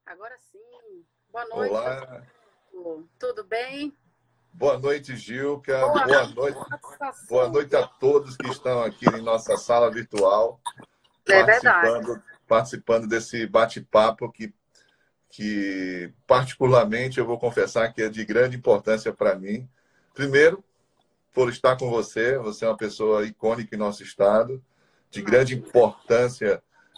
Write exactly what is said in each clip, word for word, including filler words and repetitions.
Agora sim. Boa noite. Olá. Tudo bem? Boa noite, Gilca. Boa, Boa noite. Boa noite a todos que estão aqui em nossa sala virtual, É verdade. participando, participando desse bate-papo que, que, particularmente, eu vou confessar que é de grande importância para mim. Primeiro, por estar com você. Você é uma pessoa icônica em nosso estado, de grande importância,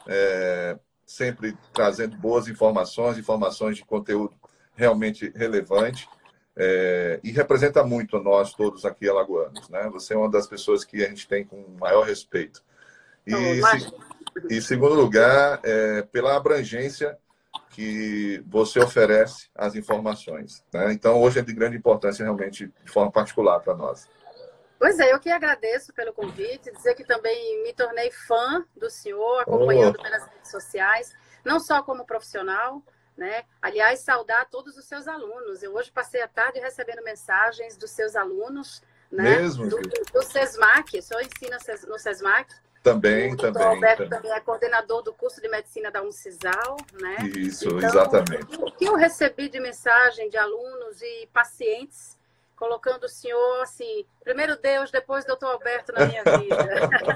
é, sempre trazendo boas informações, informações de conteúdo realmente relevante. É, e representa muito nós todos aqui alagoanos, né? Você é uma das pessoas que a gente tem com maior respeito. E, se, e segundo lugar, é, pela abrangência que você oferece às informações, né? Então, hoje é de grande importância, realmente, de forma particular para nós. Pois é, eu que agradeço pelo convite, dizer que também me tornei fã do senhor, acompanhando Oh. pelas redes sociais, não só como profissional, né? Aliás, saudar todos os seus alunos. Eu hoje passei a tarde recebendo mensagens dos seus alunos, né? Mesmo? Do, do SESMAC, o senhor ensina no SESMAC. Também, o também. doutor Alberto também. também é coordenador do curso de medicina da Uncisal, né? Isso, então, exatamente. O que eu recebi de mensagem de alunos e pacientes, colocando o senhor assim, primeiro Deus, depois doutor Alberto na minha vida.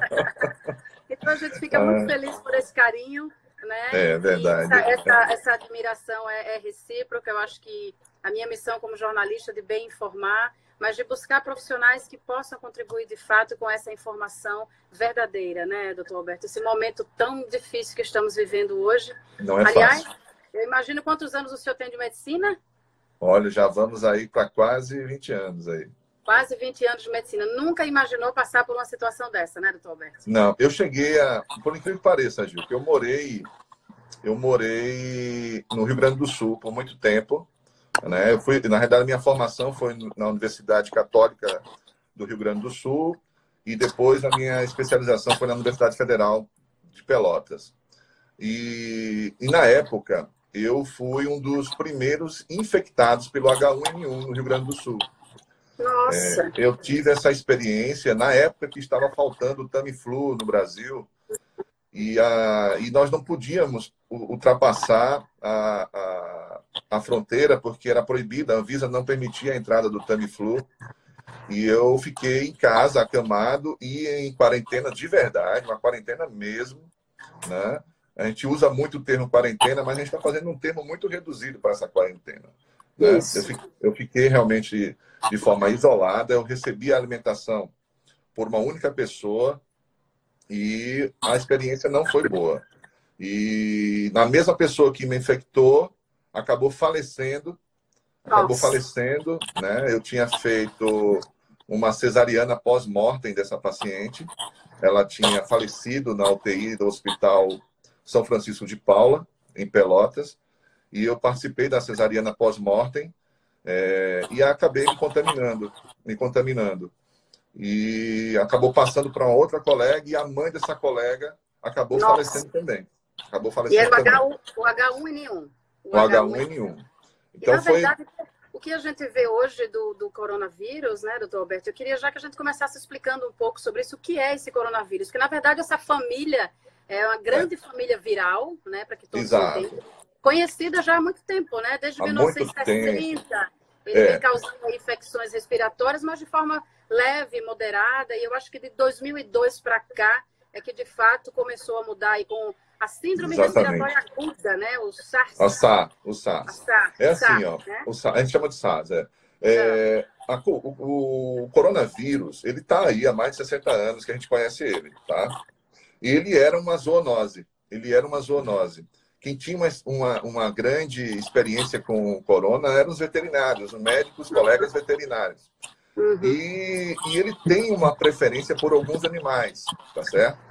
Então a gente fica muito feliz por esse carinho, né? É verdade. E essa, essa, essa admiração é, é recíproca. Eu acho que a minha missão como jornalista de bem informar, mas de buscar profissionais que possam contribuir de fato com essa informação verdadeira, né, doutor Alberto? Esse momento tão difícil que estamos vivendo hoje. Não é Aliás, fácil. eu imagino quantos anos o senhor tem de medicina? Olha, já vamos aí para quase vinte anos aí. Quase vinte anos de medicina. Nunca imaginou passar por uma situação dessa, né, doutor Alberto? Não, eu cheguei a... Por incrível que pareça, Gil, que eu morei... Eu morei no Rio Grande do Sul por muito tempo. Né? Eu fui, na realidade, a minha formação foi na Universidade Católica do Rio Grande do Sul e depois a minha especialização foi na Universidade Federal de Pelotas. E, e na época, eu fui um dos primeiros infectados pelo agá um ene um no Rio Grande do Sul. Nossa! É, eu tive essa experiência na época que estava faltando o Tamiflu no Brasil e, a, e nós não podíamos ultrapassar a, a, a fronteira porque era proibida, a Anvisa não permitia a entrada do Tamiflu. E eu fiquei em casa, acamado e em quarentena de verdade, uma quarentena mesmo, né? A gente usa muito o termo quarentena, mas a gente está fazendo um termo muito reduzido para essa quarentena. Né? Eu, fiquei, eu fiquei realmente de forma isolada, eu recebi a alimentação por uma única pessoa e a experiência não foi boa. E na mesma pessoa que me infectou, acabou falecendo, acabou Nossa. falecendo, né? Eu tinha feito uma cesariana pós-mortem dessa paciente, ela tinha falecido na U T I do Hospital São Francisco de Paula, em Pelotas, e eu participei da cesariana pós-mortem é, e acabei me contaminando, me contaminando. E acabou passando para uma outra colega e a mãe dessa colega acabou Nossa. falecendo também. Acabou E falecendo era também. o agá um ene um. O agá um ene um. Então, e, na foi... verdade, o que a gente vê hoje do, do coronavírus, né, doutor Alberto, eu queria já que a gente começasse explicando um pouco sobre isso, o que é esse coronavírus, porque, na verdade, essa família é uma grande é. família viral, né, para que todos Exato. entendam, conhecida já há muito tempo, né, desde há mil novecentos e sessenta, ele é. vem causando infecções respiratórias, mas de forma leve, moderada, e eu acho que de dois mil e dois para cá é que, de fato, começou a mudar aí com a síndrome Exatamente. respiratória aguda, né? O SARS. A SARS, o SARS. SARS. É assim, SARS, ó. Né? O SARS, a gente chama de SARS, é. é a, o, o coronavírus, ele está aí há mais de sessenta anos que a gente conhece ele, tá? Ele era uma zoonose. Ele era uma zoonose. Quem tinha uma, uma, uma grande experiência com o corona eram os veterinários, os médicos, colegas veterinários. Uhum. E, e ele tem uma preferência por alguns animais, tá certo?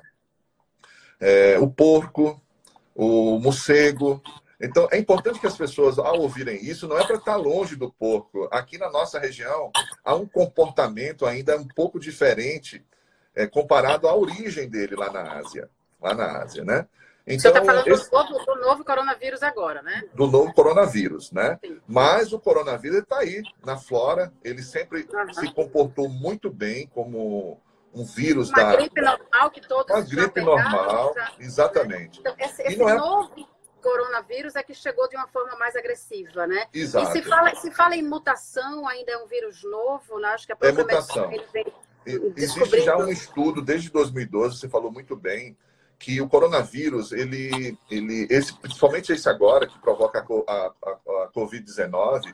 É, o porco, o morcego. Então, é importante que as pessoas, ao ouvirem isso, não é para estar longe do porco. Aqui na nossa região, há um comportamento ainda um pouco diferente é, comparado à origem dele lá na Ásia. Lá na Ásia, né? Então, você está falando esse... do, novo, do novo coronavírus agora, né? Do novo coronavírus, né? Sim. Mas o coronavírus está aí, na flora. Ele sempre uhum. se comportou muito bem como um vírus uma da... gripe normal que todos Uma já gripe pegaram, normal, já, exatamente. Né? Então, esse, E esse não é... novo, coronavírus é que chegou de uma forma mais agressiva, né? Exato. E se fala, se fala em mutação, ainda é um vírus novo, né? Acho que a É própria mutação. medicina vem Existe já um estudo desde dois mil e doze, você falou muito bem, que o coronavírus, ele, ele esse, principalmente esse agora, que provoca a, a, a covid dezenove,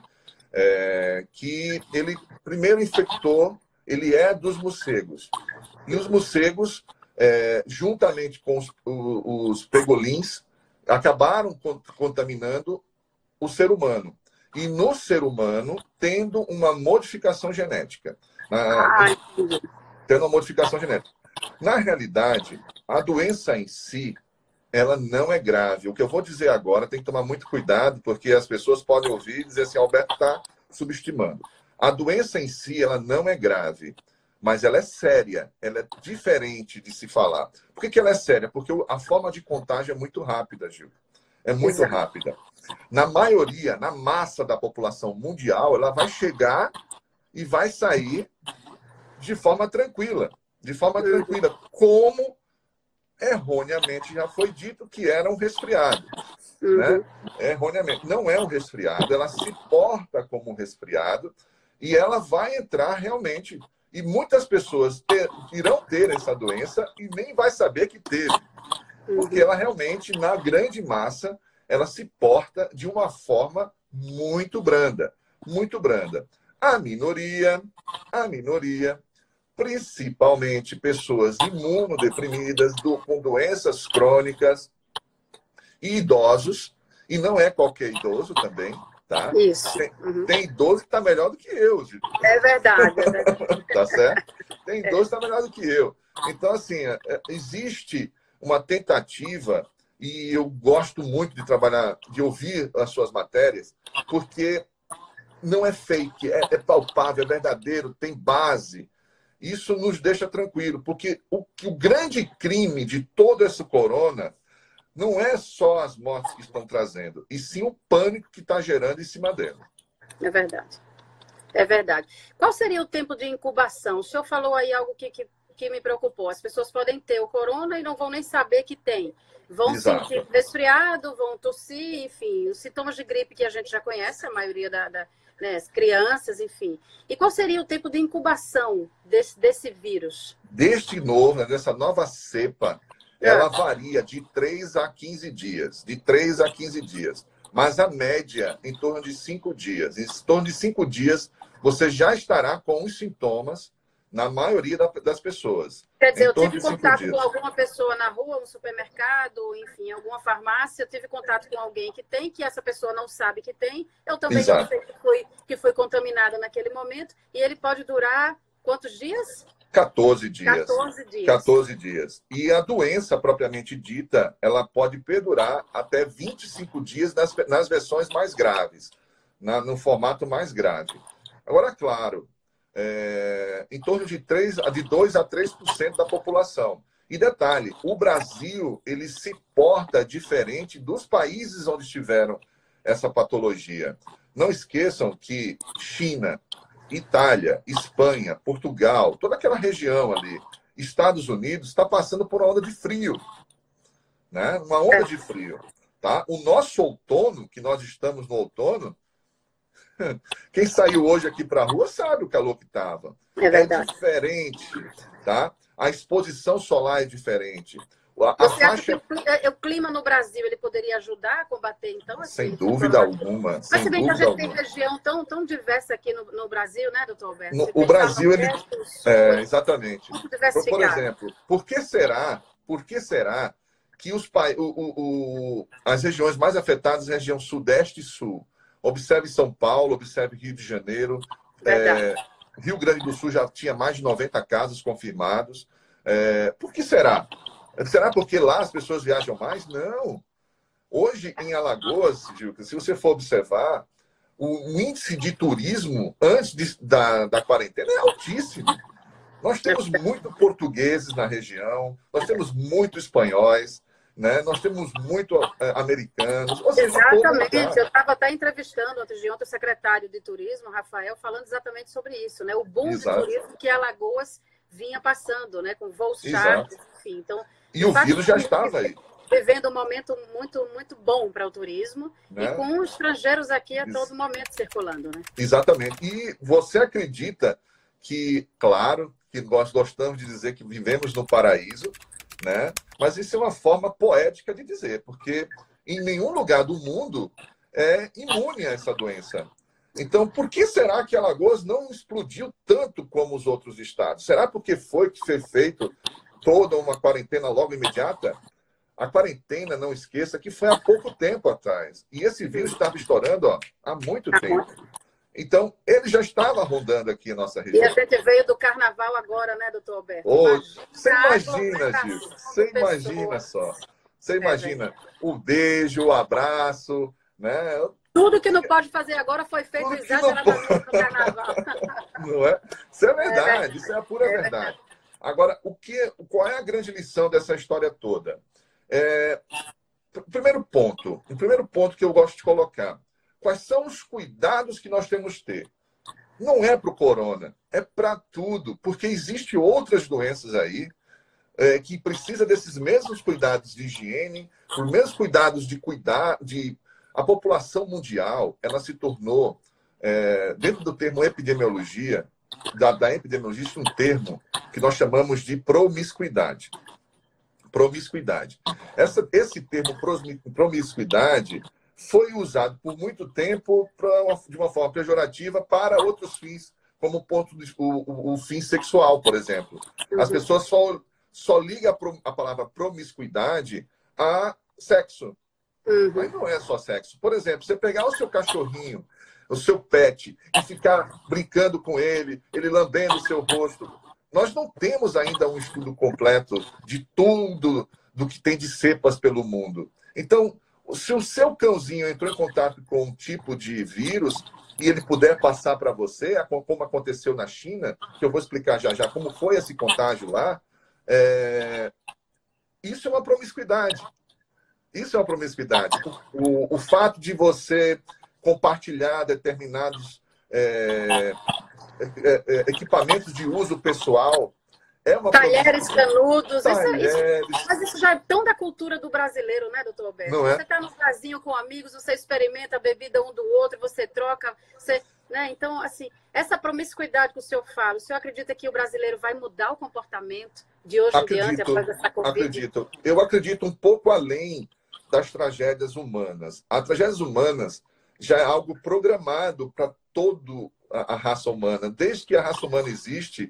é, que ele primeiro infectou, ele é dos morcegos. E os morcegos, é, juntamente com os, os pegolins, acabaram contaminando o ser humano. E no ser humano, tendo uma modificação genética. Na, tendo uma modificação genética. Na realidade, a doença em si, ela não é grave. O que eu vou dizer agora tem que tomar muito cuidado, porque as pessoas podem ouvir e dizer assim, Alberto está subestimando. A doença em si, ela não é grave, mas ela é séria, ela é diferente de se falar. Por que que ela é séria? Porque a forma de contágio é muito rápida, Gil. É muito Exato. rápida. Na maioria, na massa da população mundial, ela vai chegar e vai sair de forma tranquila. De forma tranquila. Como erroneamente já foi dito que era um resfriado. Uhum. Né? Erroneamente. Não é um resfriado, ela se porta como um resfriado e ela vai entrar realmente. E muitas pessoas ter, irão ter essa doença e nem vai saber que teve. Porque ela realmente, na grande massa, ela se porta de uma forma muito branda. Muito branda. A minoria, a minoria, principalmente pessoas imunodeprimidas, do, com doenças crônicas e idosos, e não é qualquer idoso também, tá? Isso. Tem, uhum. tem idoso que está melhor do que eu, Gil. É verdade, é verdade. Tá certo? Tem idoso que está melhor do que eu. Então, assim, existe uma tentativa, e eu gosto muito de trabalhar, de ouvir as suas matérias, porque não é fake, é, é palpável, é verdadeiro, tem base. Isso nos deixa tranquilo, porque o, o grande crime de todo esse corona não é só as mortes que estão trazendo, e sim o pânico que está gerando em cima dela. É verdade. É verdade. Qual seria o tempo de incubação? O senhor falou aí algo que, que, que me preocupou. As pessoas podem ter o corona e não vão nem saber que tem. Vão Exato. sentir resfriado, vão tossir, enfim, os sintomas de gripe que a gente já conhece, a maioria da, da né, as crianças, enfim. E qual seria o tempo de incubação desse, desse vírus? Deste novo, dessa nova cepa, é. ela varia de três a quinze dias. De três a quinze dias. Mas a média, em torno de cinco dias. Em torno de cinco dias, você já estará com os sintomas na maioria das pessoas. Quer dizer, eu tive contato com alguma pessoa na rua, no supermercado, enfim, alguma farmácia, eu tive contato com alguém que tem, que essa pessoa não sabe que tem, eu também Exato. não sei que foi, que foi contaminada naquele momento, e ele pode durar quantos dias? quatorze dias. quatorze dias. quatorze dias. E a doença propriamente dita, ela pode perdurar até vinte e cinco dias nas, nas versões mais graves, na, no formato mais grave. Agora, claro, É, em torno de, três, de dois a três por cento da população. E detalhe, o Brasil ele se porta diferente dos países onde tiveram essa patologia. Não esqueçam que China, Itália, Espanha, Portugal, toda aquela região ali, Estados Unidos, está passando por uma onda de frio. Né? Uma onda de frio. Tá? O nosso outono, que nós estamos no outono, quem saiu hoje aqui para a rua sabe o calor que estava. É verdade. É diferente, tá? A exposição solar é diferente. A, Você a faixa... acha que o clima no Brasil ele poderia ajudar a combater, então? Assim, sem dúvida alguma. Mas sem se bem que a gente alguma. tem região tão, tão diversa aqui no, no Brasil, né, doutor Alberto? No, o Brasil, ele... Sul, é, exatamente. Por, por exemplo, por que será, por que será que os, o, o, o, as regiões mais afetadas, região Sudeste e Sul, observe São Paulo, observe Rio de Janeiro. É, Rio Grande do Sul já tinha mais de noventa casos confirmados. É, por que será? Será porque lá as pessoas viajam mais? Não. Hoje, em Alagoas, Gilca, se você for observar, o índice de turismo antes de, da, da quarentena é altíssimo. Nós temos muito portugueses na região, nós temos muito espanhóis, né? Nós temos muito é, americanos. Exatamente. Eu estava até entrevistando antes de ontem o secretário de Turismo, Rafael, falando exatamente sobre isso, né? O boom Exato. de turismo que Alagoas vinha passando, né? Com voos charters, enfim. Então, e o vírus já estava aí. vivendo um momento muito, muito bom para o turismo, né? E com estrangeiros aqui a todo momento circulando, né? Exatamente. E você acredita que, claro, que nós gostamos de dizer que vivemos no paraíso, né? Mas isso é uma forma poética de dizer, porque em nenhum lugar do mundo é imune a essa doença. Então, por que será que Alagoas não explodiu tanto como os outros estados? Será porque foi que foi feito toda uma quarentena logo imediata? A quarentena, não esqueça, que foi há pouco tempo atrás. E esse vírus estava estourando, ó, há muito tempo. Então, ele já estava rondando aqui a nossa região. E a gente veio do carnaval agora, né, doutor Alberto? Oh, você imagina, Gil, você imagina pessoas. só. Você imagina é, o beijo, o abraço, né? Tudo que não pode fazer agora foi feito exageradamente no carnaval. Não é? Isso é verdade, é, isso é a pura é verdade. verdade. Agora, o que, qual é a grande lição dessa história toda? É, primeiro ponto, o primeiro ponto que eu gosto de colocar. Quais são os cuidados que nós temos que ter? Não é para o corona, é para tudo, porque existem outras doenças aí é, que precisam desses mesmos cuidados de higiene, os mesmos cuidados de cuidar, de a população mundial, ela se tornou, é, dentro do termo epidemiologia, da, da epidemiologia, existe um termo que nós chamamos de promiscuidade. Promiscuidade. Essa, esse termo promiscuidade foi usado por muito tempo pra uma, de uma forma pejorativa para outros fins, como ponto de, o, o, o fim sexual, por exemplo. As pessoas só, só ligam a, pro, a palavra promiscuidade a sexo. Uhum. Mas não é só sexo. Por exemplo, você pegar o seu cachorrinho, o seu pet, e ficar brincando com ele, ele lambendo o seu rosto. Nós não temos ainda um estudo completo de tudo do que tem de cepas pelo mundo. Então, se o seu cãozinho entrou em contato com um tipo de vírus e ele puder passar para você, como aconteceu na China, que eu vou explicar já já como foi esse contágio lá, é... isso é uma promiscuidade. Isso é uma promiscuidade. O, o, o fato de você compartilhar determinados é, é, é, equipamentos de uso pessoal é uma talheres canudos. Talheres. Isso, isso, mas isso já é tão da cultura do brasileiro, né, doutor Alberto? Não é? Você está no casinho com amigos, você experimenta a bebida um do outro, você troca, você... Né? Então, assim, essa promiscuidade que o senhor fala, o senhor acredita que o brasileiro vai mudar o comportamento de hoje acredito, em diante após essa Covid? Acredito. Eu acredito um pouco além das tragédias humanas. As tragédias humanas já é algo programado para toda a raça humana. Desde que a raça humana existe,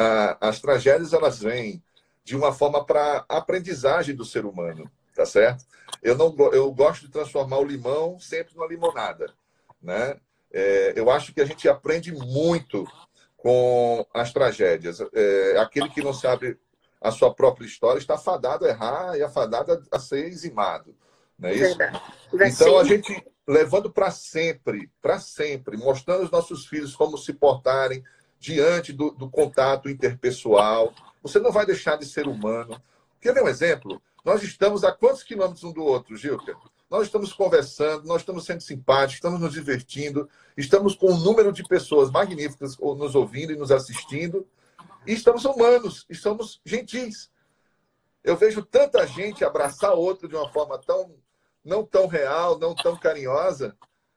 as tragédias elas vêm de uma forma para aprendizagem do ser humano, tá certo? Eu não eu gosto de transformar o limão sempre numa limonada, né? É, eu acho que a gente aprende muito com as tragédias. É, aquele que não sabe a sua própria história está fadado a errar e afadado a ser eximado, não é isso? Verdade. Então a gente levando para sempre, para sempre, mostrando aos nossos filhos como se portarem diante do, do contato interpessoal. Você não vai deixar de ser humano. Quer ver um exemplo? Nós estamos a quantos quilômetros um do outro, Gilca? Nós estamos conversando, nós estamos sendo simpáticos, estamos nos divertindo, estamos com um número de pessoas magníficas nos ouvindo e nos assistindo, e estamos humanos, e somos gentis. Eu vejo tanta gente abraçar outro de uma forma tão, não tão real, não tão carinhosa,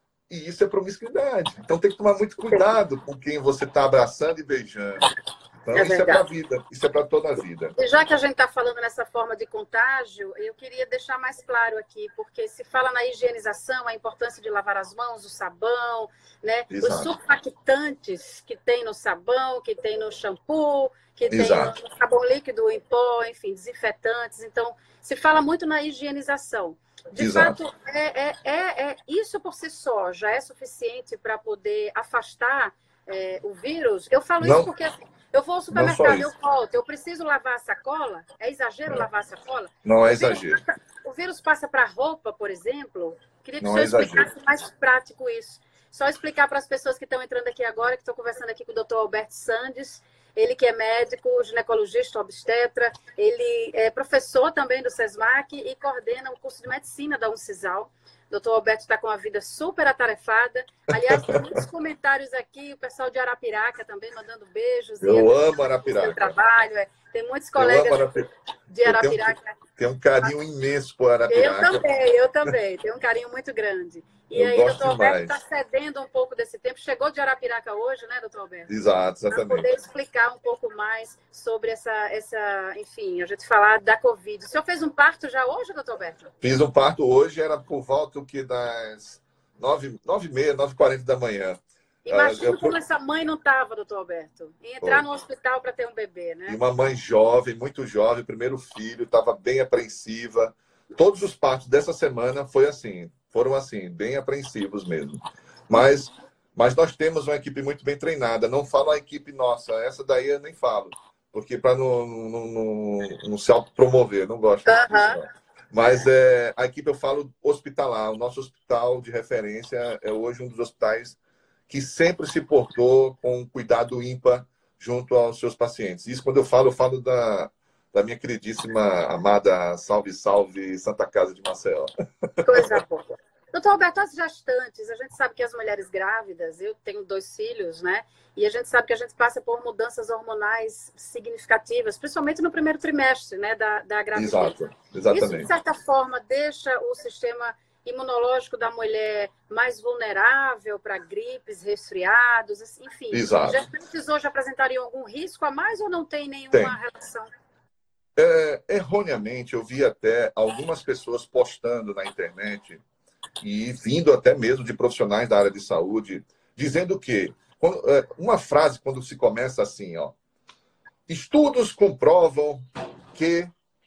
e isso é promiscuidade. Então tem que tomar muito cuidado com quem você está abraçando e beijando. Então, é isso verdade. É para a vida, isso é para toda a vida. E já que a gente está falando nessa forma de contágio, eu queria deixar mais claro aqui, porque se fala na higienização, a importância de lavar as mãos, o sabão, né? Os surfactantes que tem no sabão, que tem no shampoo, que Exato. tem no sabão líquido em pó, enfim, desinfetantes. Então, se fala muito na higienização. De Exato. fato, é, é, é, é, isso por si só já é suficiente para poder afastar é, o vírus? Eu falo Não. isso porque... Assim, eu vou ao supermercado, eu volto, eu preciso lavar a sacola? É exagero não. lavar a sacola? Não é o exagero. Passa, o vírus passa para a roupa, por exemplo? Queria que não o senhor é explicasse exagero. mais prático isso. Só explicar para as pessoas que estão entrando aqui agora, que estou conversando aqui com o doutor Alberto Sandes, ele que é médico, ginecologista, obstetra, ele é professor também do SESMAC e coordena o curso de medicina da Uncisal. O doutor Alberto está com a vida super atarefada. Aliás, tem muitos comentários aqui, o pessoal de Arapiraca também mandando beijos. Eu amo Arapiraca. Seu trabalho, é Tem muitos Eu colegas amo Arapiraca. de Eu tenho, Arapiraca. tenho um carinho imenso por Eu Arapiraca. também, eu também. Tenho um carinho muito grande. E Eu aí, gosto doutor Alberto está demais. cedendo um pouco desse tempo. Chegou de Arapiraca hoje, né, doutor Alberto? Exato, Para poder exatamente. explicar um pouco mais sobre essa, essa, enfim, a gente falar da Covid. O senhor fez um parto já hoje, doutor Alberto? Fiz um parto hoje, era por volta que das nove, nove e meia, nove e quarenta da manhã. Ah, Imagina eu como pro- essa mãe não estava, doutor Alberto. Em entrar Foi. no hospital para ter um bebê, E né? uma mãe jovem, muito jovem, primeiro filho, estava bem apreensiva. Todos os partos dessa semana foi assim, foram assim, bem apreensivos mesmo. Mas, mas nós temos uma equipe muito bem treinada. Não falo a equipe nossa, essa daí eu nem falo, porque para não, não, não, não se autopromover, não gosto disso, Aham. não. Mas é, a equipe, eu falo hospitalar. O nosso hospital de referência é hoje um dos hospitais que sempre se portou com cuidado ímpar junto aos seus pacientes. Isso, quando eu falo, eu falo da, da minha queridíssima, amada Salve, Salve Santa Casa de Maceió. Coisa boa. Doutor Alberto, as gestantes, a gente sabe que as mulheres grávidas, eu tenho dois filhos, né? E a gente sabe que a gente passa por mudanças hormonais significativas, principalmente no primeiro trimestre, né, da, da gravidez. Exato, Isso, de exatamente. certa forma, deixa o sistema imunológico da mulher mais vulnerável para gripes, resfriados, enfim. Exato. Gestantes hoje apresentariam algum risco a mais ou não tem nenhuma Tem. relação? É, erroneamente, eu vi até algumas pessoas postando na internet e vindo até mesmo de profissionais da área de saúde, dizendo que quando, é, uma frase quando se começa assim, ó, estudos comprovam que,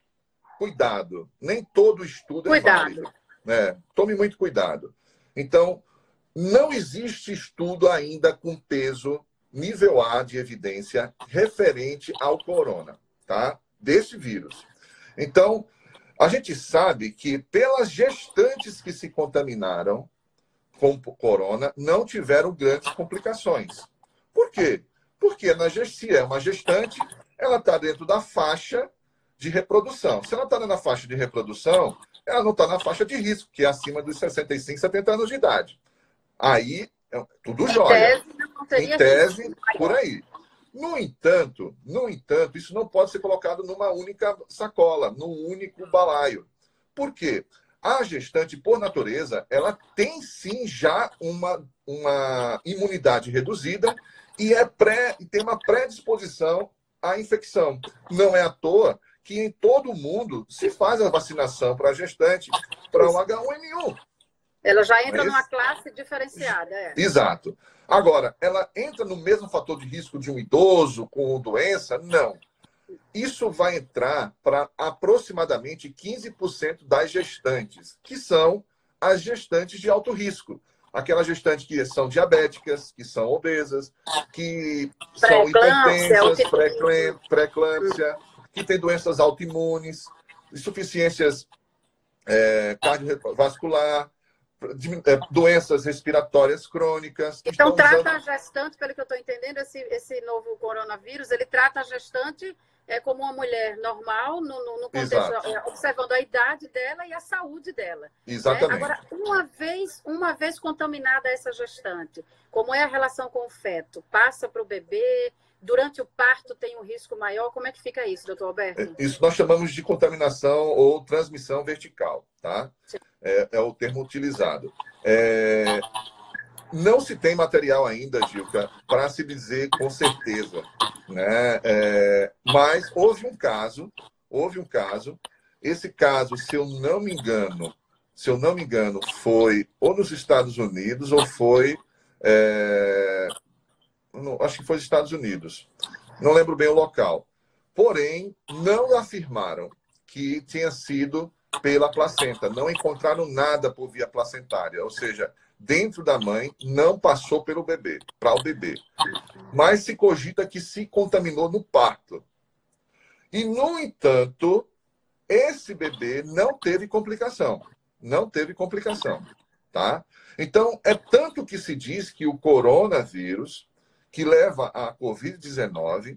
cuidado, nem todo estudo é Cuidado. válido, né? Tome muito cuidado. Então, não existe estudo ainda com peso nível A de evidência referente ao corona, tá? Desse vírus. Então, a gente sabe que pelas gestantes que se contaminaram com corona, não tiveram grandes complicações. Por quê? Porque na, se é uma gestante, ela está dentro da faixa de reprodução. Se ela está na faixa de reprodução, ela não está na faixa de risco, que é acima dos sessenta e cinco, setenta anos de idade. Aí, é tudo jóia. Em tese, não teria Em tese, risco por maior. aí. No entanto, no entanto, isso não pode ser colocado numa única sacola, num único balaio. Por quê? A gestante, por natureza, ela tem sim já uma, uma imunidade reduzida e é pré, tem uma predisposição à infecção. Não é à toa que em todo o mundo se faz a vacinação para a gestante para o H um N um. Ela já entra Mas... numa classe diferenciada. É. Exato. Agora, ela entra no mesmo fator de risco de um idoso com doença? Não. Isso vai entrar para aproximadamente quinze por cento das gestantes, que são as gestantes de alto risco. Aquelas gestantes que são diabéticas, que são obesas, que são hipertensas, pré-eclâmpsia, que têm doenças autoimunes, insuficiências é, cardiovascular, doenças respiratórias crônicas. Então, trata usando... a gestante, pelo que eu estou entendendo, esse, esse novo coronavírus, ele trata a gestante é, como uma mulher normal, no, no, no contexto, é, observando a idade dela e a saúde dela. Exatamente. Né? Agora, uma vez, uma vez contaminada essa gestante, como é a relação com o feto? Passa para o bebê? Durante o parto tem um risco maior? Como é que fica isso, doutor Alberto? Isso nós chamamos de contaminação ou transmissão vertical, tá? É, é o termo utilizado. É... Não se tem material ainda, Gilca, para se dizer com certeza, né? É... Mas houve um caso, houve um caso. Esse caso, se eu não me engano, se eu não me engano, foi ou nos Estados Unidos ou foi é... acho que foi nos Estados Unidos. Não lembro bem o local. Porém, não afirmaram que tinha sido pela placenta. Não encontraram nada por via placentária. Ou seja, dentro da mãe, não passou pelo bebê, para o bebê. Mas se cogita que se contaminou no parto. E, no entanto, esse bebê não teve complicação. Não teve complicação. Tá? Então, é tanto que se diz que o coronavírus, que leva à covid dezenove,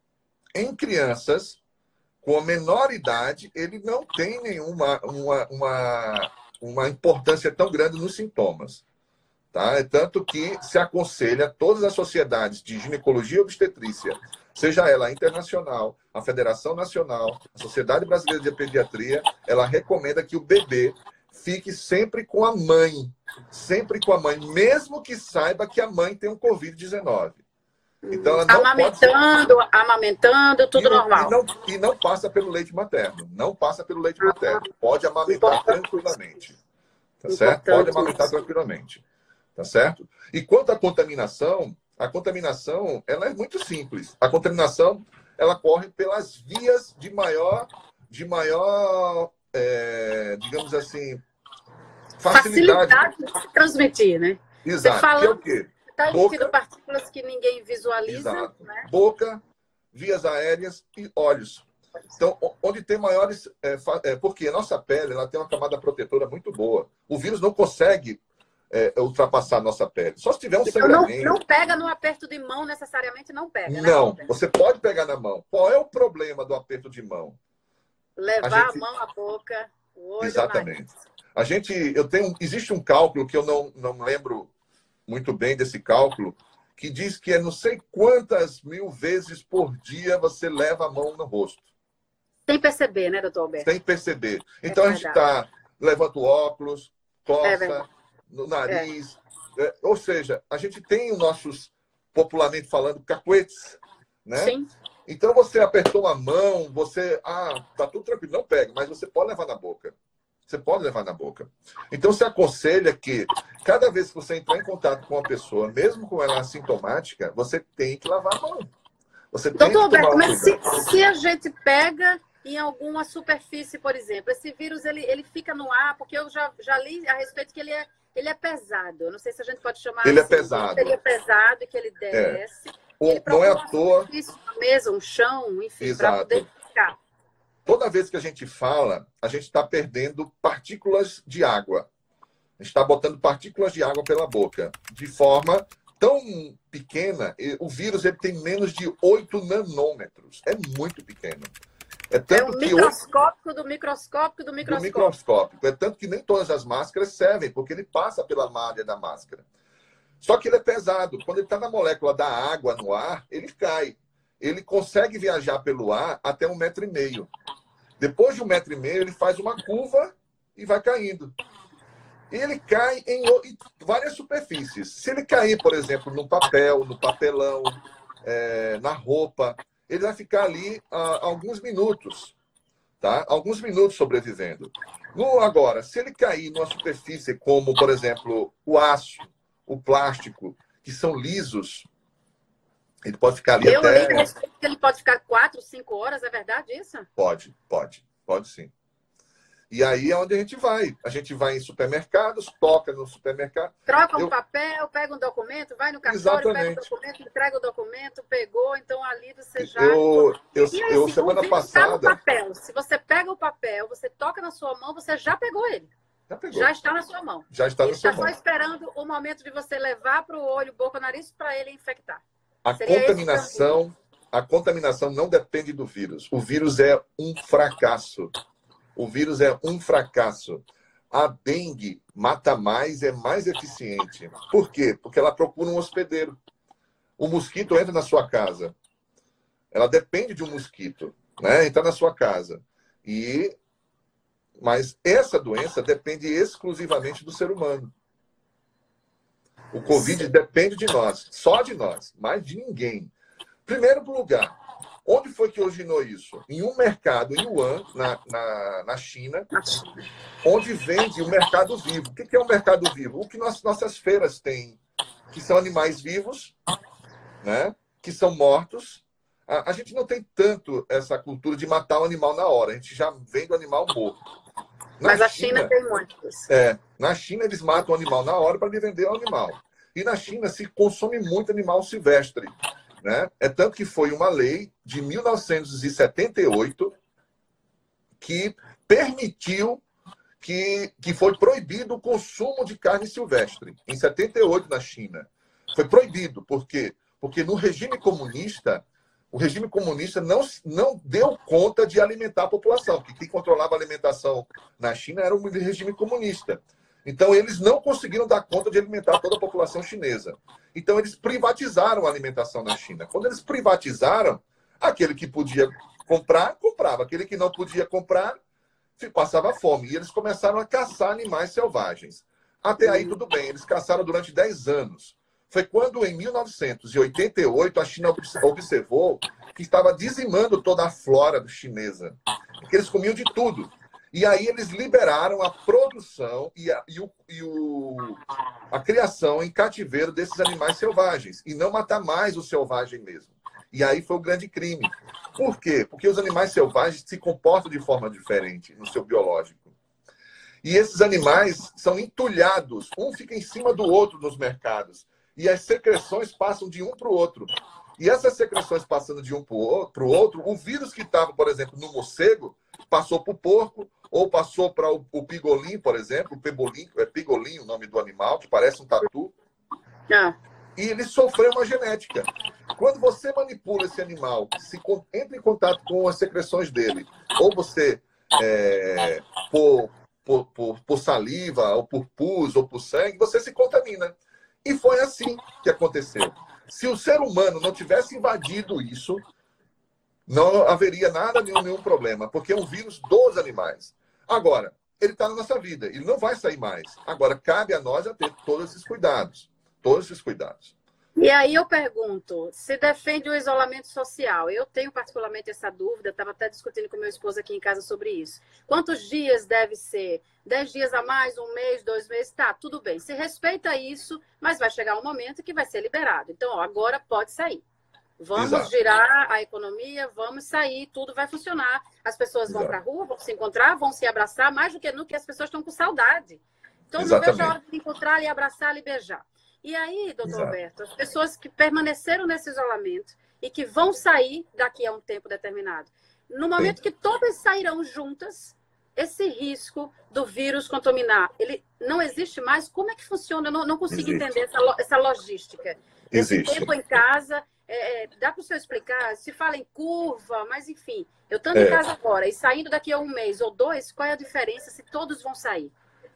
em crianças com a menor idade, ele não tem nenhuma uma, uma, uma importância tão grande nos sintomas. Tá? É tanto que se aconselha todas as sociedades de ginecologia e obstetrícia, seja ela a internacional, a Federação Nacional, a Sociedade Brasileira de Pediatria, ela recomenda que o bebê fique sempre com a mãe. Sempre com a mãe, mesmo que saiba que a mãe tem um covid dezenove. Então, ela não amamentando, pode ser... amamentando, tudo e não, normal. E não, e não passa pelo leite materno. Não passa pelo leite materno. Pode amamentar tranquilamente. Tá certo? Pode amamentar tranquilamente. Tá certo? E quanto à contaminação, a contaminação ela é muito simples. A contaminação ela corre pelas vias de maior, de maior é, digamos assim, facilidade. Facilidade de transmitir, né? Exato. Você fala, que é o quê? Está emitindo partículas que ninguém visualiza. Exato. Né? Boca, vias aéreas e olhos. Então, onde tem maiores... É, é, porque a nossa pele ela tem uma camada protetora muito boa. O vírus não consegue é, ultrapassar a nossa pele. Só se tiver um então, sangramento... Não, não pega no aperto de mão, necessariamente não pega, Não, né? você pode pegar na mão. Qual é o problema do aperto de mão? Levar a, gente... a mão à boca, o olho, exatamente. A gente, eu tenho, existe um cálculo que eu não, não lembro muito bem desse cálculo, que diz que é não sei quantas mil vezes por dia você leva a mão no rosto. Sem perceber, né, doutor Alberto? Sem perceber. Então, é a gente está, levanta o óculos, coça, é no nariz. É. É, ou seja, a gente tem os nossos, popularmente falando, cacuetes, né? Sim. Então, você apertou a mão, você... Ah, tá tudo tranquilo, não pega, mas você pode levar na boca. Você pode levar na boca. Então, se aconselha que cada vez que você entrar em contato com uma pessoa, mesmo com ela assintomática, você tem que lavar a mão. Você tem doutor que tomar Alberto, um mas se, se a gente pega em alguma superfície, por exemplo, esse vírus ele, ele fica no ar, porque eu já, já li a respeito que ele é, ele é pesado. Eu não sei se a gente pode chamar ele assim. É pesado. Ele é pesado e que ele desce. É. O, ele não é à toa. Uma mesa, um chão, enfim, para poder ficar. Toda vez que a gente fala, a gente está perdendo partículas de água. A gente está botando partículas de água pela boca. De forma tão pequena, o vírus ele tem menos de oito nanômetros. É muito pequeno. É, tanto é um que microscópico hoje... do microscópico do microscópico. Do microscópico. É tanto que nem todas as máscaras servem, porque ele passa pela malha da máscara. Só que ele é pesado. Quando ele está na molécula da água no ar, ele cai. Ele consegue viajar pelo ar até um metro e meio. Depois de um metro e meio, ele faz uma curva e vai caindo. E ele cai em várias superfícies. Se ele cair, por exemplo, no papel, no papelão, é, na roupa, ele vai ficar ali ah, alguns minutos. Tá? Alguns minutos sobrevivendo. No, agora, se ele cair numa superfície como, por exemplo, o aço, o plástico, que são lisos, ele pode ficar ali eu até... Eu li que ele pode ficar quatro, cinco horas, é verdade isso? Pode, pode. Pode sim. E aí é onde a gente vai. A gente vai em supermercados, toca no supermercado. Troca um eu... papel, pega um documento, vai no cartório, Exatamente. pega o documento, entrega o documento, pegou, então ali você já... Eu, eu, e aí, eu se semana o passada... Tá no papel. Se você pega o papel, você toca na sua mão, você já pegou ele. Já pegou. Já está na sua mão. Já está ele na sua está mão. só esperando o momento de você levar para o olho, boca, nariz, para ele infectar. A Seria contaminação, a contaminação não depende do vírus. O vírus é um fracasso. O vírus é um fracasso. A dengue mata mais, é mais eficiente. Por quê? Porque ela procura um hospedeiro. O mosquito entra na sua casa. Ela depende de um mosquito, né? Entra na sua casa. E... Mas essa doença depende exclusivamente do ser humano. O Covid depende de nós, só de nós, mais de ninguém. Primeiro lugar, onde foi que originou isso? Em um mercado em Wuhan, na, na, na China, onde vende o mercado vivo. O que é o mercado vivo? O que nós, nossas feiras têm, que são animais vivos, né? Que são mortos. A, a gente não tem tanto essa cultura de matar o animal na hora, a gente já vende o animal morto. Na Mas a China, China tem muitos. É, na China eles matam o animal na hora para lhe vender o animal. E na China se consome muito animal silvestre, né? É tanto que foi uma lei de mil novecentos e setenta e oito que permitiu que, que foi proibido o consumo de carne silvestre. Em setenta e oito na China. Foi proibido. Por quê? Porque no regime comunista, o regime comunista não, não deu conta de alimentar a população, porque quem controlava a alimentação na China era o regime comunista. Então, eles não conseguiram dar conta de alimentar toda a população chinesa. Então, eles privatizaram a alimentação na China. Quando eles privatizaram, aquele que podia comprar, comprava. Aquele que não podia comprar, passava fome. E eles começaram a caçar animais selvagens. Até aí, tudo bem. Eles caçaram durante dez anos. Foi quando, em mil novecentos e oitenta e oito, a China observou que estava dizimando toda a flora chinesa. Que eles comiam de tudo. E aí eles liberaram a produção e, a, e, o, e o, a criação em cativeiro desses animais selvagens. E não matar mais o selvagem mesmo. E aí foi o grande crime. Por quê? Porque os animais selvagens se comportam de forma diferente no seu biológico. E esses animais são entulhados. Um fica em cima do outro nos mercados. E as secreções passam de um para o outro. E essas secreções passando de um para o outro, o vírus que estava, por exemplo, no morcego, passou para o porco, ou passou para o, o pigolim, por exemplo, o pebolim, é pigolim o nome do animal, que parece um tatu. Ah. E ele sofreu uma genética. Quando você manipula esse animal, se entra em contato com as secreções dele, ou você, é, por, por, por, por saliva, ou por pus, ou por sangue, você se contamina. E foi assim que aconteceu. Se o ser humano não tivesse invadido isso, não haveria nada, nenhum, nenhum problema, porque é um vírus dos animais. Agora, ele está na nossa vida, ele não vai sair mais. Agora, cabe a nós a ter todos esses cuidados. Todos esses cuidados. E aí eu pergunto, se defende o isolamento social? Eu tenho particularmente essa dúvida, estava até discutindo com meu esposo aqui em casa sobre isso. Quantos dias deve ser? Dez dias a mais, um mês, dois meses? Tá, tudo bem. Se respeita isso, mas vai chegar um momento que vai ser liberado. Então, ó, agora pode sair. Vamos Exato. girar a economia, vamos sair, tudo vai funcionar. As pessoas vão para a rua, vão se encontrar, vão se abraçar, mais do que nunca, as pessoas estão com saudade. Então, Exatamente. não vejo a hora de se encontrar e abraçar e beijar. E aí, doutor Exato. Alberto, as pessoas que permaneceram nesse isolamento e que vão sair daqui a um tempo determinado, no momento Sim. que todas sairão juntas, esse risco do vírus contaminar, ele não existe mais? Como é que funciona? Eu não, não consigo existe. entender essa, essa logística. Esse existe. tempo em casa, é, dá para o senhor explicar? Se fala em curva, mas enfim, eu estando é. em casa agora e saindo daqui a um mês ou dois, qual é a diferença se todos vão sair?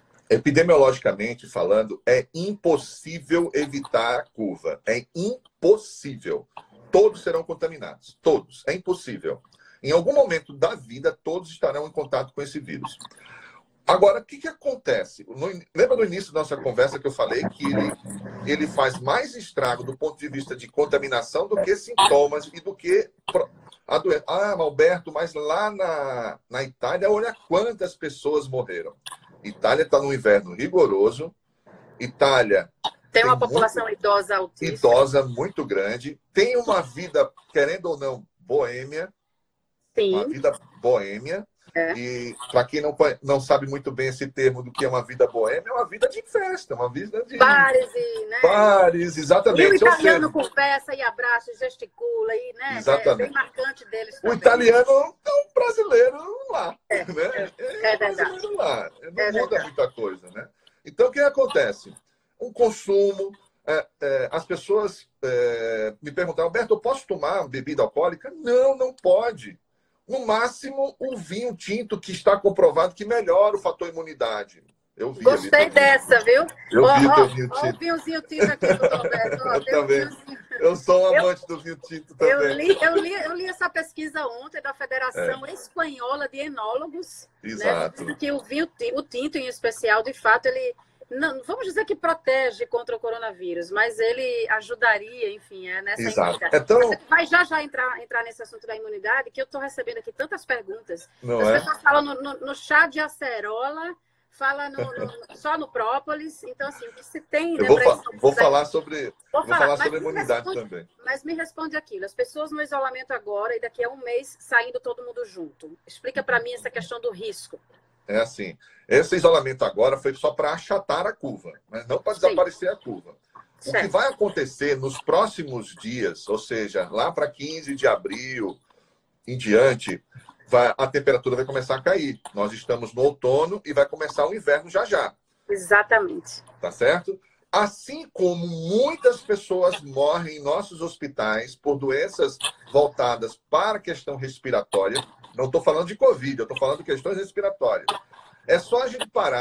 Epidemiologicamente falando, é impossível evitar a curva. É impossível. Todos serão contaminados. Todos. É impossível. Em algum momento da vida, todos estarão em contato com esse vírus. Agora, o que, que acontece? No, lembra no início da nossa conversa que eu falei que ele, ele faz mais estrago do ponto de vista de contaminação do que sintomas e do que a doença. Ah, Alberto, mas lá na, na Itália, olha quantas pessoas morreram. Itália está num inverno rigoroso. Itália tem uma tem população muito, idosa altíssima. Idosa muito grande. Tem uma vida, querendo ou não, boêmia. Sim. Uma vida boêmia. É. E para quem não, não sabe muito bem esse termo do que é uma vida boêmia, é uma vida de festa, uma vida de... Bares e... Né? Bares, exatamente. E o italiano conversa e abraça, gesticula, e, né? Exatamente. É bem marcante deles também. O italiano é um brasileiro lá. É, né? é, é, é um brasileiro lá. Não é muda verdade. muita coisa, né? Então, o que acontece? Um consumo... É, é, as pessoas é, me perguntaram, Alberto, eu posso tomar bebida alcoólica? Não, não pode. No máximo, um vinho tinto que está comprovado que melhora o fator imunidade. Eu vi Gostei ali, dessa, viu? Eu ó, vi ó, o teu vinho ó, tinto. o vinhozinho tinto aqui do Roberto. Ó, eu também. Um eu sou um amante eu, do vinho tinto também. Eu li, eu, li, eu li essa pesquisa ontem da Federação é. Espanhola de Enólogos. Exato. Né, que o vinho o tinto, em especial, de fato, ele... Não, vamos dizer que protege contra o coronavírus, mas ele ajudaria, enfim, é, nessa Exato. imunidade. Então... Você vai já já entrar, entrar nesse assunto da imunidade, que eu estou recebendo aqui tantas perguntas. Não As é? pessoas falam no, no, no chá de acerola, fala no, no, só no própolis. Então, assim, o que se tem... Eu né, vou, fa isso, vou falar sobre, vou vou falar, falar sobre imunidade responde, também. Mas me responde aquilo. As pessoas no isolamento agora e daqui a um mês saindo todo mundo junto. Explica para mim essa questão do risco. É assim, esse isolamento agora foi só para achatar a curva, mas não para desaparecer a curva. O certo. que vai acontecer nos próximos dias, ou seja, lá para quinze de abril em diante, vai, a temperatura vai começar a cair. Nós estamos no outono e vai começar o inverno já já. Exatamente. Tá certo? Assim como muitas pessoas morrem em nossos hospitais por doenças voltadas para a questão respiratória, não estou falando de Covid, eu estou falando de questões respiratórias. É só a gente parar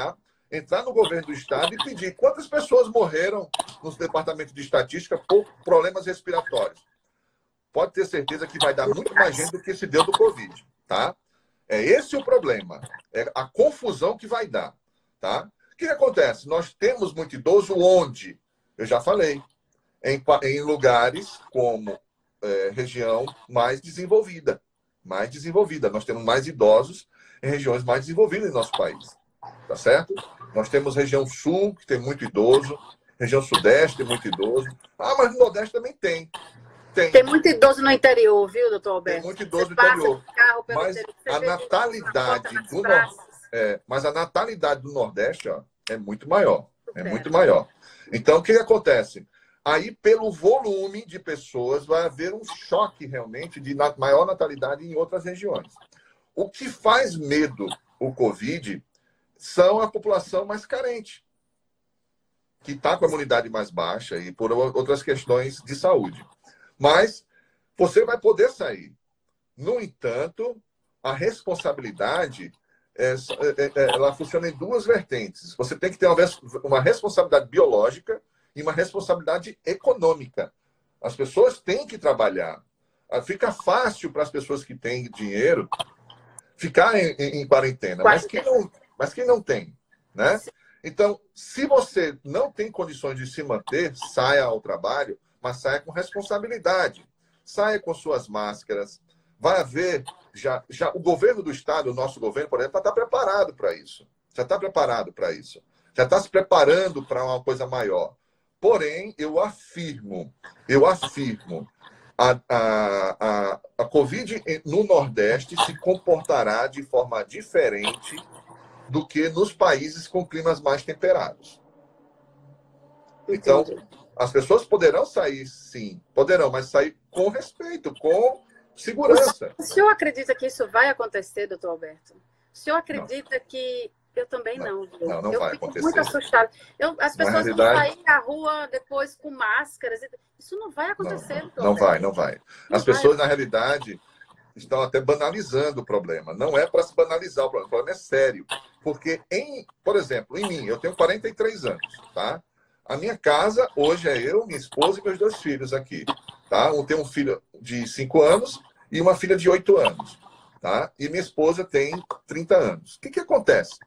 entrar no governo do estado e pedir quantas pessoas morreram nos departamentos de estatística por problemas respiratórios. Pode ter certeza que vai dar muito mais gente do que se deu do Covid, tá? É esse o problema. É a confusão que vai dar, tá? O que acontece? Nós temos muito idoso onde? Eu já falei. Em, em lugares como é, região mais desenvolvida. Mais desenvolvida. Nós temos mais idosos em regiões mais desenvolvidas em nosso país. Tá certo? Nós temos região sul, que tem muito idoso. Região sudeste tem muito idoso. Ah, mas no nordeste também tem. Tem, tem muito idoso no interior, viu, doutor Alberto? Tem muito idoso você no interior. Carro pelo mas interior, a natalidade do nor... é, mas a natalidade do Nordeste, ó, é muito maior. É muito maior. Então, o que acontece? Aí, pelo volume de pessoas, vai haver um choque realmente de maior natalidade em outras regiões. O que faz medo o Covid são a população mais carente, que está com a imunidade mais baixa e por outras questões de saúde. Mas você vai poder sair. No entanto, a responsabilidade é, é, ela funciona em duas vertentes. Você tem que ter uma, uma responsabilidade biológica e uma responsabilidade econômica. As pessoas têm que trabalhar. Fica fácil para as pessoas que têm dinheiro ficar em, em, em quarentena, mas quem não, mas quem não tem, né? Então, se você não tem condições de se manter, saia ao trabalho, mas saia com responsabilidade. Saia com suas máscaras. Vai haver... Já, já, o governo do estado, o nosso governo, por exemplo, já está preparado para isso. Já está preparado para isso. Já está se preparando para uma coisa maior. Porém, eu afirmo, eu afirmo, a, a, a, a Covid no Nordeste se comportará de forma diferente do que nos países com climas mais temperados. Então, as pessoas poderão sair, sim, poderão, mas sair com respeito, com segurança. O senhor acredita que isso vai acontecer, doutor Alberto? O senhor acredita não. que... Eu também não. Não, não, não eu vai fico acontecer. muito assustada. Eu, as pessoas realidade... vão sair à rua depois com máscaras. Isso não vai acontecer, não, doutor não Alberto. vai, não vai. As não pessoas, vai. na realidade, estão até banalizando o problema. Não é para se banalizar o problema. O problema é sério. Porque, em, por exemplo, em mim, eu tenho quarenta e três anos, tá? A minha casa, hoje, é eu, minha esposa e meus dois filhos aqui, tá? Eu tenho um filho de cinco anos e uma filha de oito anos, tá? E minha esposa tem trinta anos. O que que acontece?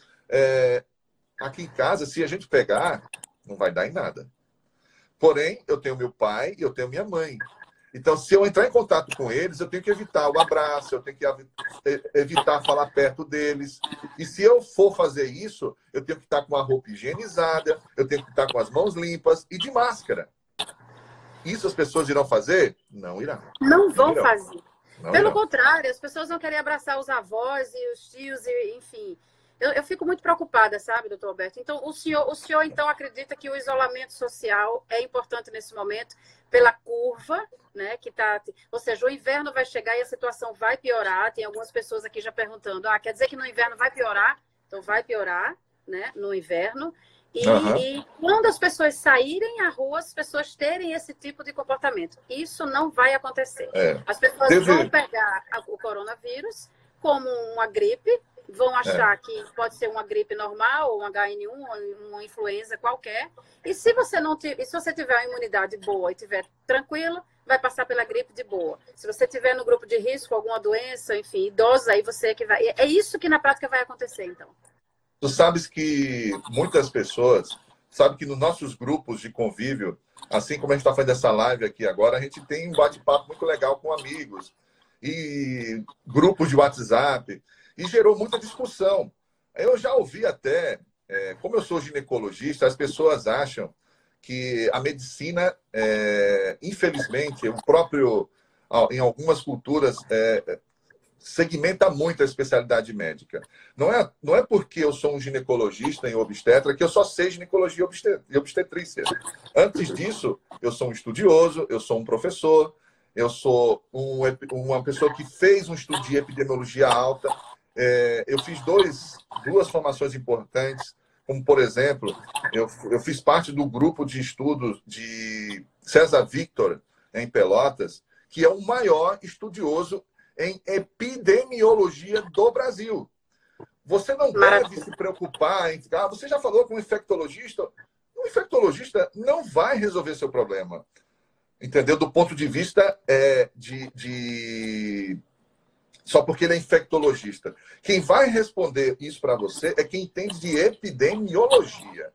É, aqui em casa, se a gente pegar, não vai dar em nada. Porém, eu tenho meu pai e eu tenho minha mãe. Então, se eu entrar em contato com eles, eu tenho que evitar o abraço, eu tenho que evitar falar perto deles. E se eu for fazer isso, eu tenho que estar com a roupa higienizada, eu tenho que estar com as mãos limpas e de máscara. Isso as pessoas irão fazer? Não irão. Não vão não fazer. Não Pelo irão. contrário, as pessoas vão querer abraçar os avós e os tios, e, enfim... Eu, eu fico muito preocupada, sabe, doutor Alberto? Então, o senhor, o senhor, então, acredita que o isolamento social é importante nesse momento pela curva, né? Que tá, ou seja, o inverno vai chegar e a situação vai piorar. Tem algumas pessoas aqui já perguntando, ah, quer dizer que no inverno vai piorar? Então, vai piorar, né? No inverno. E, uhum. e quando as pessoas saírem à rua, as pessoas terem esse tipo de comportamento. Isso não vai acontecer. É. As pessoas Teve... vão pegar o coronavírus como uma gripe, vão achar é. que pode ser uma gripe normal, ou um agá ene um, ou uma influenza qualquer. E se você não tiver, e se você tiver uma imunidade boa e tiver tranquilo, vai passar pela gripe de boa. Se você tiver no grupo de risco, alguma doença, enfim, idosa, aí você é que vai. É isso que na prática vai acontecer, então. Tu sabes que muitas pessoas sabem que nos nossos grupos de convívio, assim como a gente está fazendo essa live aqui agora, a gente tem um bate-papo muito legal com amigos e grupos de WhatsApp. E gerou muita discussão. Eu já ouvi até, é, como eu sou ginecologista, as pessoas acham que a medicina, é, infelizmente, o próprio, em algumas culturas, é, segmenta muito a especialidade médica. Não é, não é porque eu sou um ginecologista em obstetra que eu só sei ginecologia e obstetrícia. Antes disso, eu sou um estudioso, eu sou um professor, eu sou um, uma pessoa que fez um estudo de epidemiologia alta. É, eu fiz dois, duas formações importantes, como, por exemplo, eu, eu fiz parte do grupo de estudos de César Victor, em Pelotas, que é o maior estudioso em epidemiologia do Brasil. Você não Maravilha. deve se preocupar em... Ah, você já falou com um infectologista? Um infectologista não vai resolver seu problema. Entendeu? Do ponto de vista é, de, de... Só porque ele é infectologista. Quem vai responder isso para você é quem entende de epidemiologia.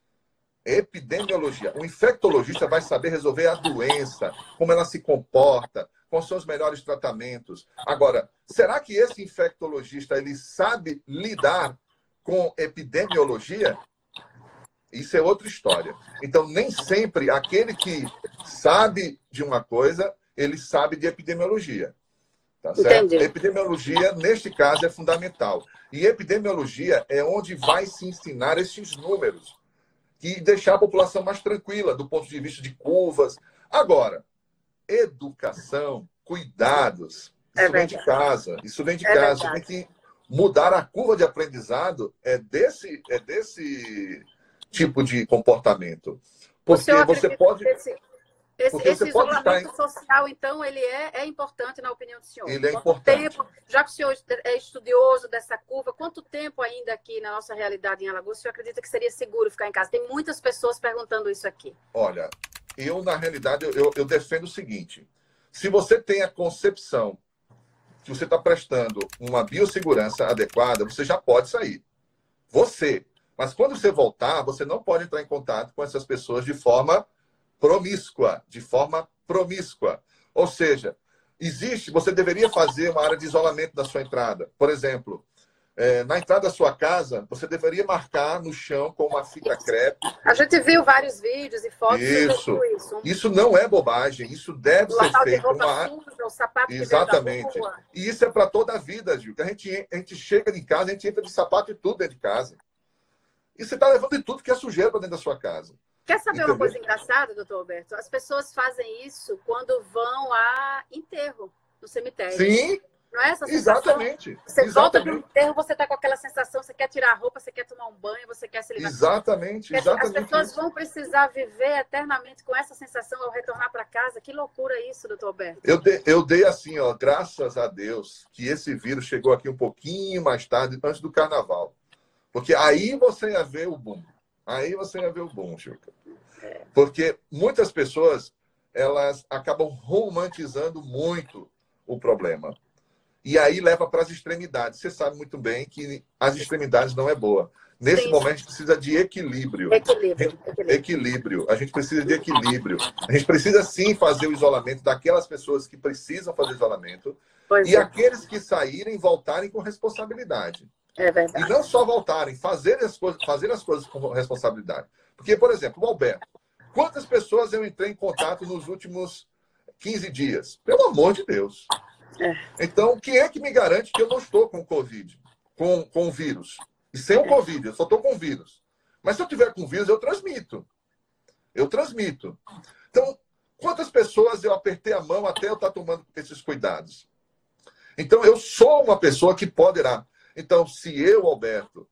Epidemiologia. O infectologista vai saber resolver a doença, como ela se comporta, quais são os melhores tratamentos. Agora, será que esse infectologista ele sabe lidar com epidemiologia? Isso é outra história. Então, nem sempre aquele que sabe de uma coisa, ele sabe de epidemiologia. Tá certo? Entendi. Epidemiologia, neste caso, é fundamental. E epidemiologia é onde vai se ensinar esses números e deixar a população mais tranquila do ponto de vista de curvas. Agora, educação, cuidados, isso É vem de verdade. casa. Isso vem de É casa. verdade. Tem que mudar a curva de aprendizado é desse, é desse tipo de comportamento. O Porque senhor você acredita pode... que esse, esse, Porque esse você pode estar isolamento social, então, ele é, é importante na opinião do senhor? Ele é Quanto importante. tempo, já que o senhor é estudioso dessa curva, quanto tempo ainda aqui na nossa realidade em Alagoas o senhor acredita que seria seguro ficar em casa? Tem muitas pessoas perguntando isso aqui. Olha, eu, na realidade, eu, eu defendo o seguinte. Se você tem a concepção que você está prestando uma biossegurança adequada, você já pode sair. Você. Mas quando você voltar, você não pode entrar em contato com essas pessoas de forma promíscua, de forma promíscua. Ou seja, existe, você deveria fazer uma área de isolamento da sua entrada. Por exemplo, é, na entrada da sua casa, você deveria marcar no chão com uma fita crepe. A gente viu vários vídeos e fotos Isso. sobre isso. Um, Isso não é bobagem, isso deve o ser local de feito. roupa Uma... suja, o sapato que veio Exatamente. da rua. E isso é para toda a vida, Gil. Que a gente, a gente chega em casa, a gente entra de sapato e tudo dentro de casa. E você está levando de tudo que é sujeira para dentro da sua casa. Quer saber Entendeu? uma coisa engraçada, doutor Alberto? As pessoas fazem isso quando vão a enterro, no cemitério. Sim, Não é essa sensação? exatamente. Você volta exatamente. do enterro, você está com aquela sensação, você quer tirar a roupa, você quer tomar um banho, você quer se livrar. Exatamente, Quer dizer, as exatamente. pessoas isso. vão precisar viver eternamente com essa sensação ao retornar para casa. Que loucura isso, doutor Alberto. Eu, de, eu dei assim, ó, graças a Deus, que esse vírus chegou aqui um pouquinho mais tarde, antes do carnaval. Porque aí você ia ver o boom. Aí você ia ver o boom, Chico. Porque muitas pessoas, elas acabam romantizando muito o problema. E aí leva para as extremidades. Você sabe muito bem que as extremidades não é boa. Nesse Sim, momento, a gente precisa de equilíbrio. Equilíbrio, equilíbrio. Equilíbrio. A gente precisa de equilíbrio. A gente precisa, sim, fazer o isolamento daquelas pessoas que precisam fazer isolamento. Pois E é, aqueles que saírem, voltarem com responsabilidade. é verdade. E não só voltarem, fazer as coisas, fazer as coisas com responsabilidade. Porque, por exemplo, o Alberto. Quantas pessoas eu entrei em contato nos últimos quinze dias? Pelo amor de Deus. É. Então, quem é que me garante que eu não estou com o Covid? Com, com o vírus? E sem o Covid, eu só estou com o vírus. Mas se eu tiver com o vírus, eu transmito. Eu transmito. Então, quantas pessoas eu apertei a mão até eu estar tomando esses cuidados? Então, eu sou uma pessoa que poderá. Então, se eu, Alberto,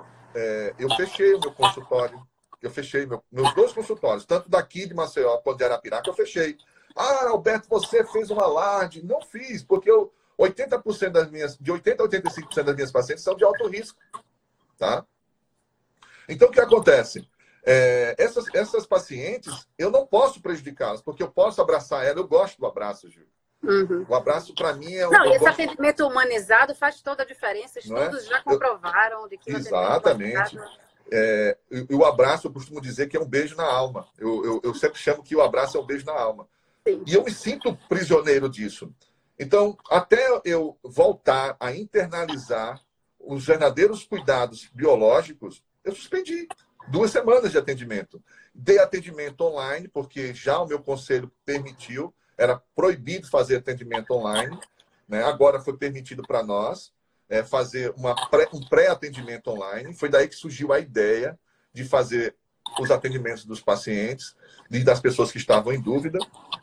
é, eu fechei o meu consultório, eu fechei meu, meus dois consultórios, tanto daqui de Maceió quanto de Arapiraca, eu fechei. Ah, Alberto, você fez um alarde. Não fiz, porque eu, oitenta por cento das minhas, de oitenta a oitenta e cinco por cento das minhas pacientes são de alto risco. Tá? Então, o que acontece? É, essas, essas pacientes, eu não posso prejudicá-las, porque eu posso abraçar ela, eu gosto do abraço, Gil. Uhum. O abraço, para mim, é um... Não, e esse gosto... atendimento humanizado faz toda a diferença. Estudos é? já comprovaram de que o Exatamente. É, e o abraço, eu costumo dizer que é um beijo na alma. Eu, eu, eu sempre chamo que o abraço é um beijo na alma. Sim. E eu me sinto prisioneiro disso. Então, até eu voltar a internalizar os verdadeiros cuidados biológicos, eu suspendi duas semanas de atendimento. Dei atendimento online, porque já o meu conselho permitiu, era proibido fazer atendimento online, né? Agora foi permitido para nós é, fazer uma pré, um pré-atendimento online. Foi daí que surgiu a ideia de fazer os atendimentos dos pacientes e das pessoas que estavam em dúvida.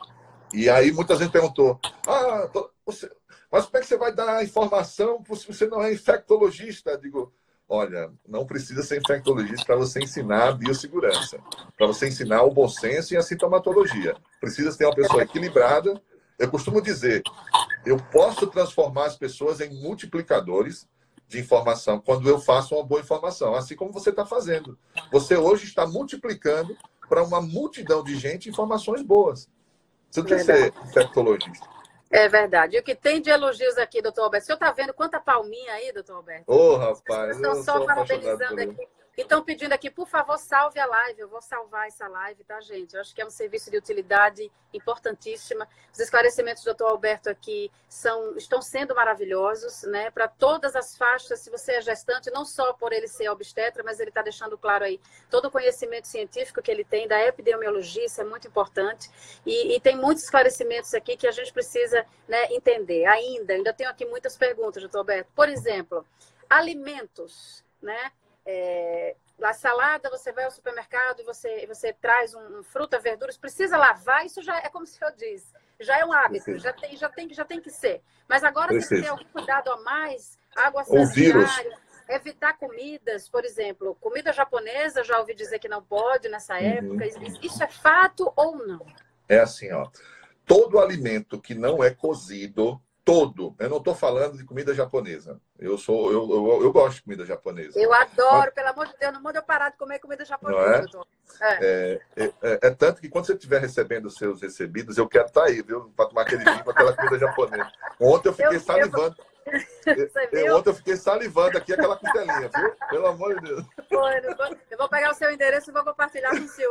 E aí muita gente perguntou, ah, você, mas como é que você vai dar informação se você não é infectologista? Eu digo, olha, não precisa ser infectologista para você ensinar a biossegurança, para você ensinar o bom senso e a sintomatologia. Precisa ter uma pessoa equilibrada. Eu costumo dizer, eu posso transformar as pessoas em multiplicadores de informação quando eu faço uma boa informação, assim como você está fazendo. Você hoje está multiplicando para uma multidão de gente informações boas. Você não precisa ser infectologista. É verdade. E o que tem de elogios aqui, doutor Alberto? O senhor está vendo quanta palminha aí, doutor Alberto? Ô, oh, rapaz, estão eu só sou parabenizando aqui. E estão pedindo aqui, por favor, salve a live. Eu vou salvar essa live, tá, gente? Eu acho que é um serviço de utilidade importantíssima. Os esclarecimentos do doutor Alberto aqui são, estão sendo maravilhosos, né? Para todas as faixas, se você é gestante, não só por ele ser obstetra, mas ele está deixando claro aí todo o conhecimento científico que ele tem da epidemiologia, isso é muito importante. E, e tem muitos esclarecimentos aqui que a gente precisa, né, entender. Ainda, ainda tenho aqui muitas perguntas, doutor Alberto. Por exemplo, alimentos, né? É, a salada, você vai ao supermercado e você, você traz um, um fruta, verduras, precisa lavar, isso já é como o senhor diz, já é um hábito, já tem, já, tem, já tem que ser. Mas agora Precisa. tem que ter algum cuidado a mais, água sanitária, evitar comidas, por exemplo, comida japonesa, já ouvi dizer que não pode nessa época, uhum. Isso é fato ou não? É assim, ó, todo alimento que não é cozido, todo. Eu não estou falando de comida japonesa. Eu sou, eu, eu, eu gosto de comida japonesa. Eu adoro, mas... pelo amor de Deus, não manda eu parar de comer comida japonesa. Não é? É. É, é, é tanto que quando você estiver recebendo os seus recebidos, eu quero estar aí, viu? Para tomar aquele vinho com aquela comida japonesa. Ontem eu fiquei eu, salivando. Eu, eu, ontem eu fiquei salivando aqui aquela costelinha, viu? Pelo amor de Deus. Foi, vou, eu vou pegar o seu endereço e vou compartilhar com o senhor.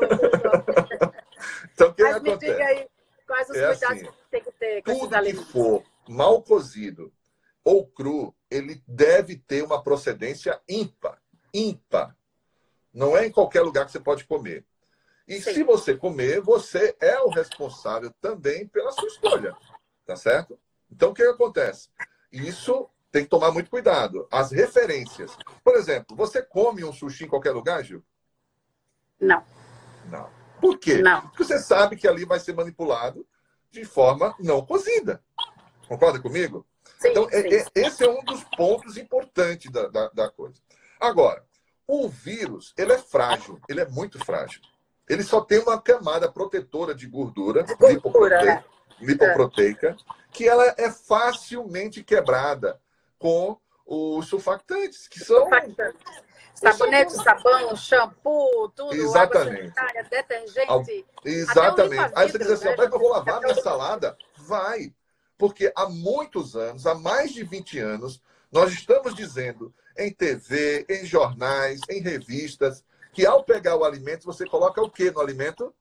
Então, o que Mas acontece? Me diga aí quais os é cuidados assim, que tem que ter com tudo esses alimentos. Que for mal cozido ou cru, ele deve ter uma procedência ímpar. Ímpar. Não é em qualquer lugar que você pode comer. E Sim. se você comer, você é o responsável também pela sua escolha. Tá certo? Então, o que acontece? Isso tem que tomar muito cuidado. As referências. Por exemplo, você come um sushi em qualquer lugar, Gil? Não. Não. Por quê? Não. Porque você sabe que ali vai ser manipulado de forma não cozida. Concorda comigo? Sim, então, sim. É, é, esse é um dos pontos importantes da, da, da coisa. Agora, o vírus, ele é frágil, ele é muito frágil. Ele só tem uma camada protetora de gordura, de gordura lipoproteica, né? lipoproteica é. que ela é facilmente quebrada com os surfactantes, que são... Surfactantes. Sabonete, sabão, shampoo, tudo, Exatamente. água sanitária, detergente. Exatamente. Aí você diz assim, né? eu vou lavar minha salada? Vai. Porque há muitos anos, há mais de vinte anos, nós estamos dizendo em T V, em jornais, em revistas, que ao pegar o alimento, você coloca o quê no alimento?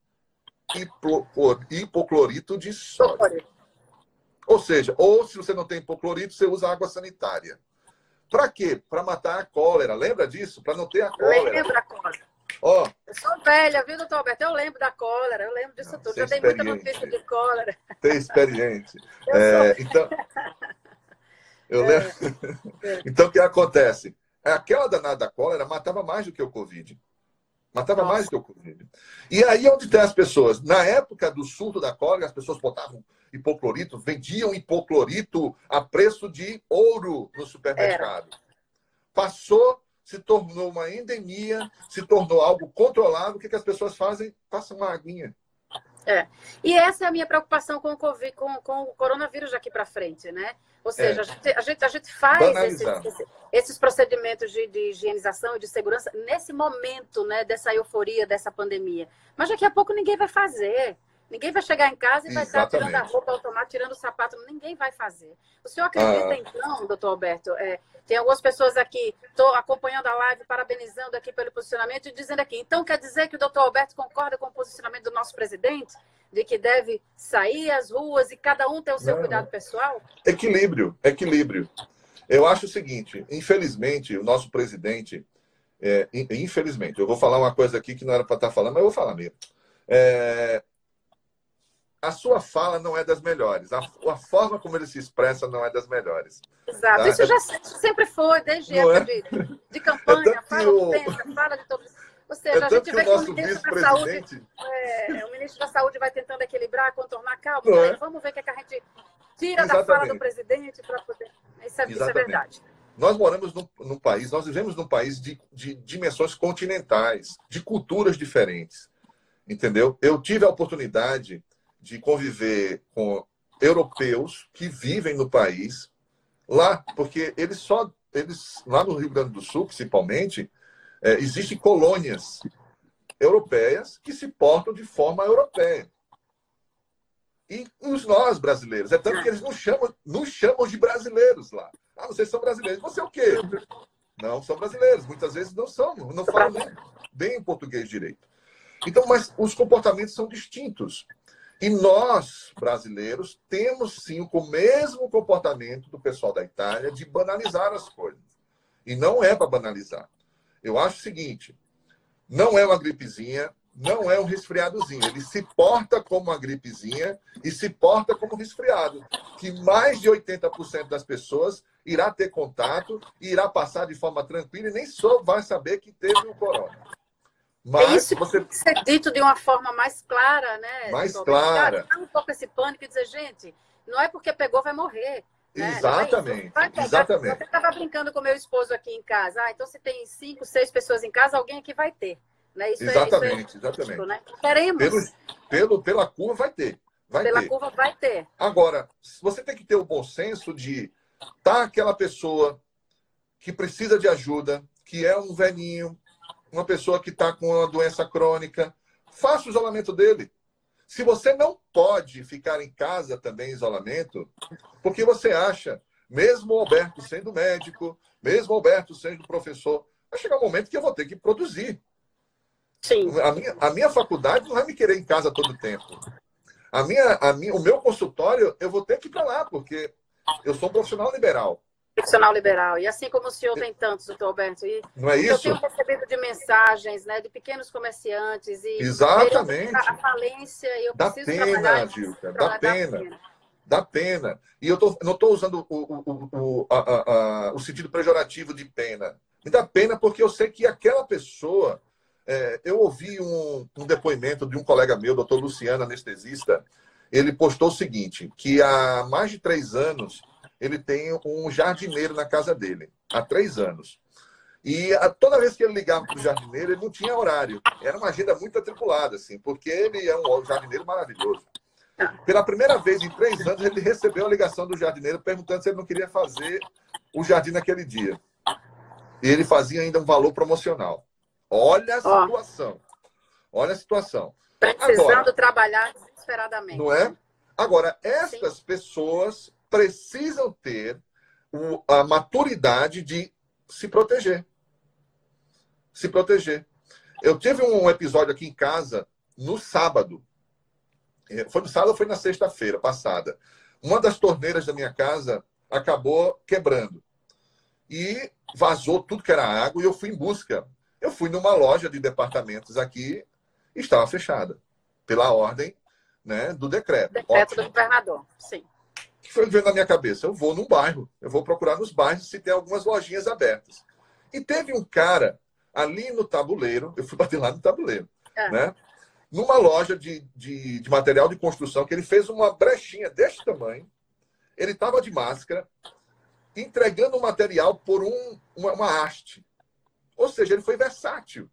Hipoclorito de sódio. Ou seja, ou se você não tem hipoclorito, você usa água sanitária. Para quê? Para matar a cólera. Lembra disso? Para não ter a cólera. Lembra a cólera. Ó, eu sou velha, viu, doutor Alberto? Eu lembro da cólera, eu lembro disso não, tudo. Já dei muita notícia de cólera. Tem experiente. É, sou... Então, eu lembro. É, é. Então, o que acontece? Aquela danada da cólera matava mais do que o Covid. Matava Nossa. mais do que o Covid. E aí, onde tem as pessoas? Na época do surto da cólera, as pessoas botavam hipoclorito, vendiam hipoclorito a preço de ouro no supermercado. Era. Passou, se tornou uma endemia, se tornou algo controlado. O que, que as pessoas fazem? Passam uma aguinha. É. E essa é a minha preocupação com o, COVID, com, com o coronavírus daqui para frente, né? Ou seja, é. a, gente, a, gente, a gente faz esses, esses, esses procedimentos de, de higienização e de segurança nesse momento, né, dessa euforia, dessa pandemia. Mas daqui a pouco ninguém vai fazer. Ninguém vai chegar em casa e vai Exatamente. estar tirando a roupa automática, tirando o sapato. Ninguém vai fazer. O senhor acredita, ah. então, doutor Alberto? É, tem algumas pessoas aqui, estou acompanhando a live, parabenizando aqui pelo posicionamento e dizendo aqui, então quer dizer que o doutor Alberto concorda com o posicionamento do nosso presidente? De que deve sair às ruas e cada um ter o seu Não. cuidado pessoal? Equilíbrio, equilíbrio. Eu acho o seguinte, infelizmente, o nosso presidente, é, infelizmente, eu vou falar uma coisa aqui que não era para estar falando, mas eu vou falar mesmo. É, a sua fala não é das melhores. A, a forma como ele se expressa não é das melhores. Exato. Tá? Isso já sempre foi, desde a época é? de, de campanha. É fala o... de pensa, fala de todo isso. Ou seja, é a gente vê que o ministro da Saúde, é, o ministro da Saúde vai tentando equilibrar, contornar. Calma, né? é? Vamos ver o que, é que a gente tira Exatamente. da fala do presidente para poder... Isso é, isso é verdade. Nós moramos num, num país, nós vivemos num país de, de dimensões continentais, de culturas diferentes. Entendeu? Eu tive a oportunidade de conviver com europeus que vivem no país lá, porque eles só eles, lá no Rio Grande do Sul, principalmente, é, existem colônias europeias que se portam de forma europeia. E os nós, brasileiros, é tanto que eles nos chamam, nos chamam de brasileiros lá. Ah, vocês são brasileiros. Você é o quê? Não são brasileiros. Muitas vezes não são, não falam nem bem o português direito. Então, mas os comportamentos são distintos. E nós, brasileiros, temos sim o mesmo comportamento do pessoal da Itália de banalizar as coisas. E não é para banalizar. Eu acho o seguinte, não é uma gripezinha, não é um resfriadozinho. Ele se porta como uma gripezinha e se porta como um resfriado. Que mais de oitenta por cento das pessoas irá ter contato e irá passar de forma tranquila e nem só vai saber que teve o corona. Mas isso você... tem que ser dito de uma forma mais clara, né? Mais clara. Dar um pouco esse pânico e dizer, gente, não é porque pegou, vai morrer. Né? Exatamente. Vai pegar. Exatamente. Eu estava brincando com meu esposo aqui em casa. Ah, então se tem cinco, seis pessoas em casa, alguém aqui vai ter. Né? Isso exatamente, é, isso é exatamente. Tipo, né? Queremos. Pelo, pelo, pela curva vai ter. Vai pela ter. curva vai ter. Agora, você tem que ter o bom senso de tá aquela pessoa que precisa de ajuda, que é um velhinho, uma pessoa que está com uma doença crônica, faça o isolamento dele. Se você não pode ficar em casa também em isolamento, porque você acha, mesmo o Alberto sendo médico, mesmo o Alberto sendo professor, vai chegar um momento que eu vou ter que produzir. Sim. A minha, a minha faculdade não vai me querer em casa todo o tempo. A minha, a minha, o meu consultório, eu vou ter que ir para lá, porque eu sou um profissional liberal. Profissional liberal. E assim como o senhor tem tantos, doutor Alberto. E não é isso? Eu tenho recebido de mensagens, né, de pequenos comerciantes. E exatamente. A falência, e eu dá preciso pena, trabalhar. Gilca, dá pena. pena. Dá pena. E eu tô, não estou usando o, o, o, a, a, a, o sentido pejorativo de pena. Me dá pena porque eu sei que aquela pessoa... É, eu ouvi um, um depoimento de um colega meu, doutor Luciano, anestesista. Ele postou o seguinte, que há mais de três anos ele tem um jardineiro na casa dele. Há três anos. E a, toda vez que ele ligava para o jardineiro, ele não tinha horário. Era uma agenda muito atribulada, assim, porque ele é um jardineiro maravilhoso. Pela primeira vez em três anos, ele recebeu a ligação do jardineiro perguntando se ele não queria fazer o jardim naquele dia. E ele fazia ainda um valor promocional. Olha a situação. Olha a situação. Precisando Agora, trabalhar desesperadamente. Não é? Agora, essas Sim. pessoas precisam ter o, a maturidade de se proteger. Se proteger. Eu tive um episódio aqui em casa no sábado. Foi no sábado ou foi na sexta-feira passada. Uma das torneiras da minha casa acabou quebrando. E vazou tudo que era água e eu fui em busca. Eu fui numa loja de departamentos aqui e estava fechada. Pela ordem, né, do decreto. Decreto Ótimo. do governador, sim. O que foi que veio na minha cabeça? Eu vou num bairro. Eu vou procurar nos bairros se tem algumas lojinhas abertas. E teve um cara ali no tabuleiro, eu fui bater lá no tabuleiro, é. né? Numa loja de, de, de material de construção, que ele fez uma brechinha deste tamanho. Ele estava de máscara, entregando o material por um, uma, uma haste. Ou seja, ele foi versátil.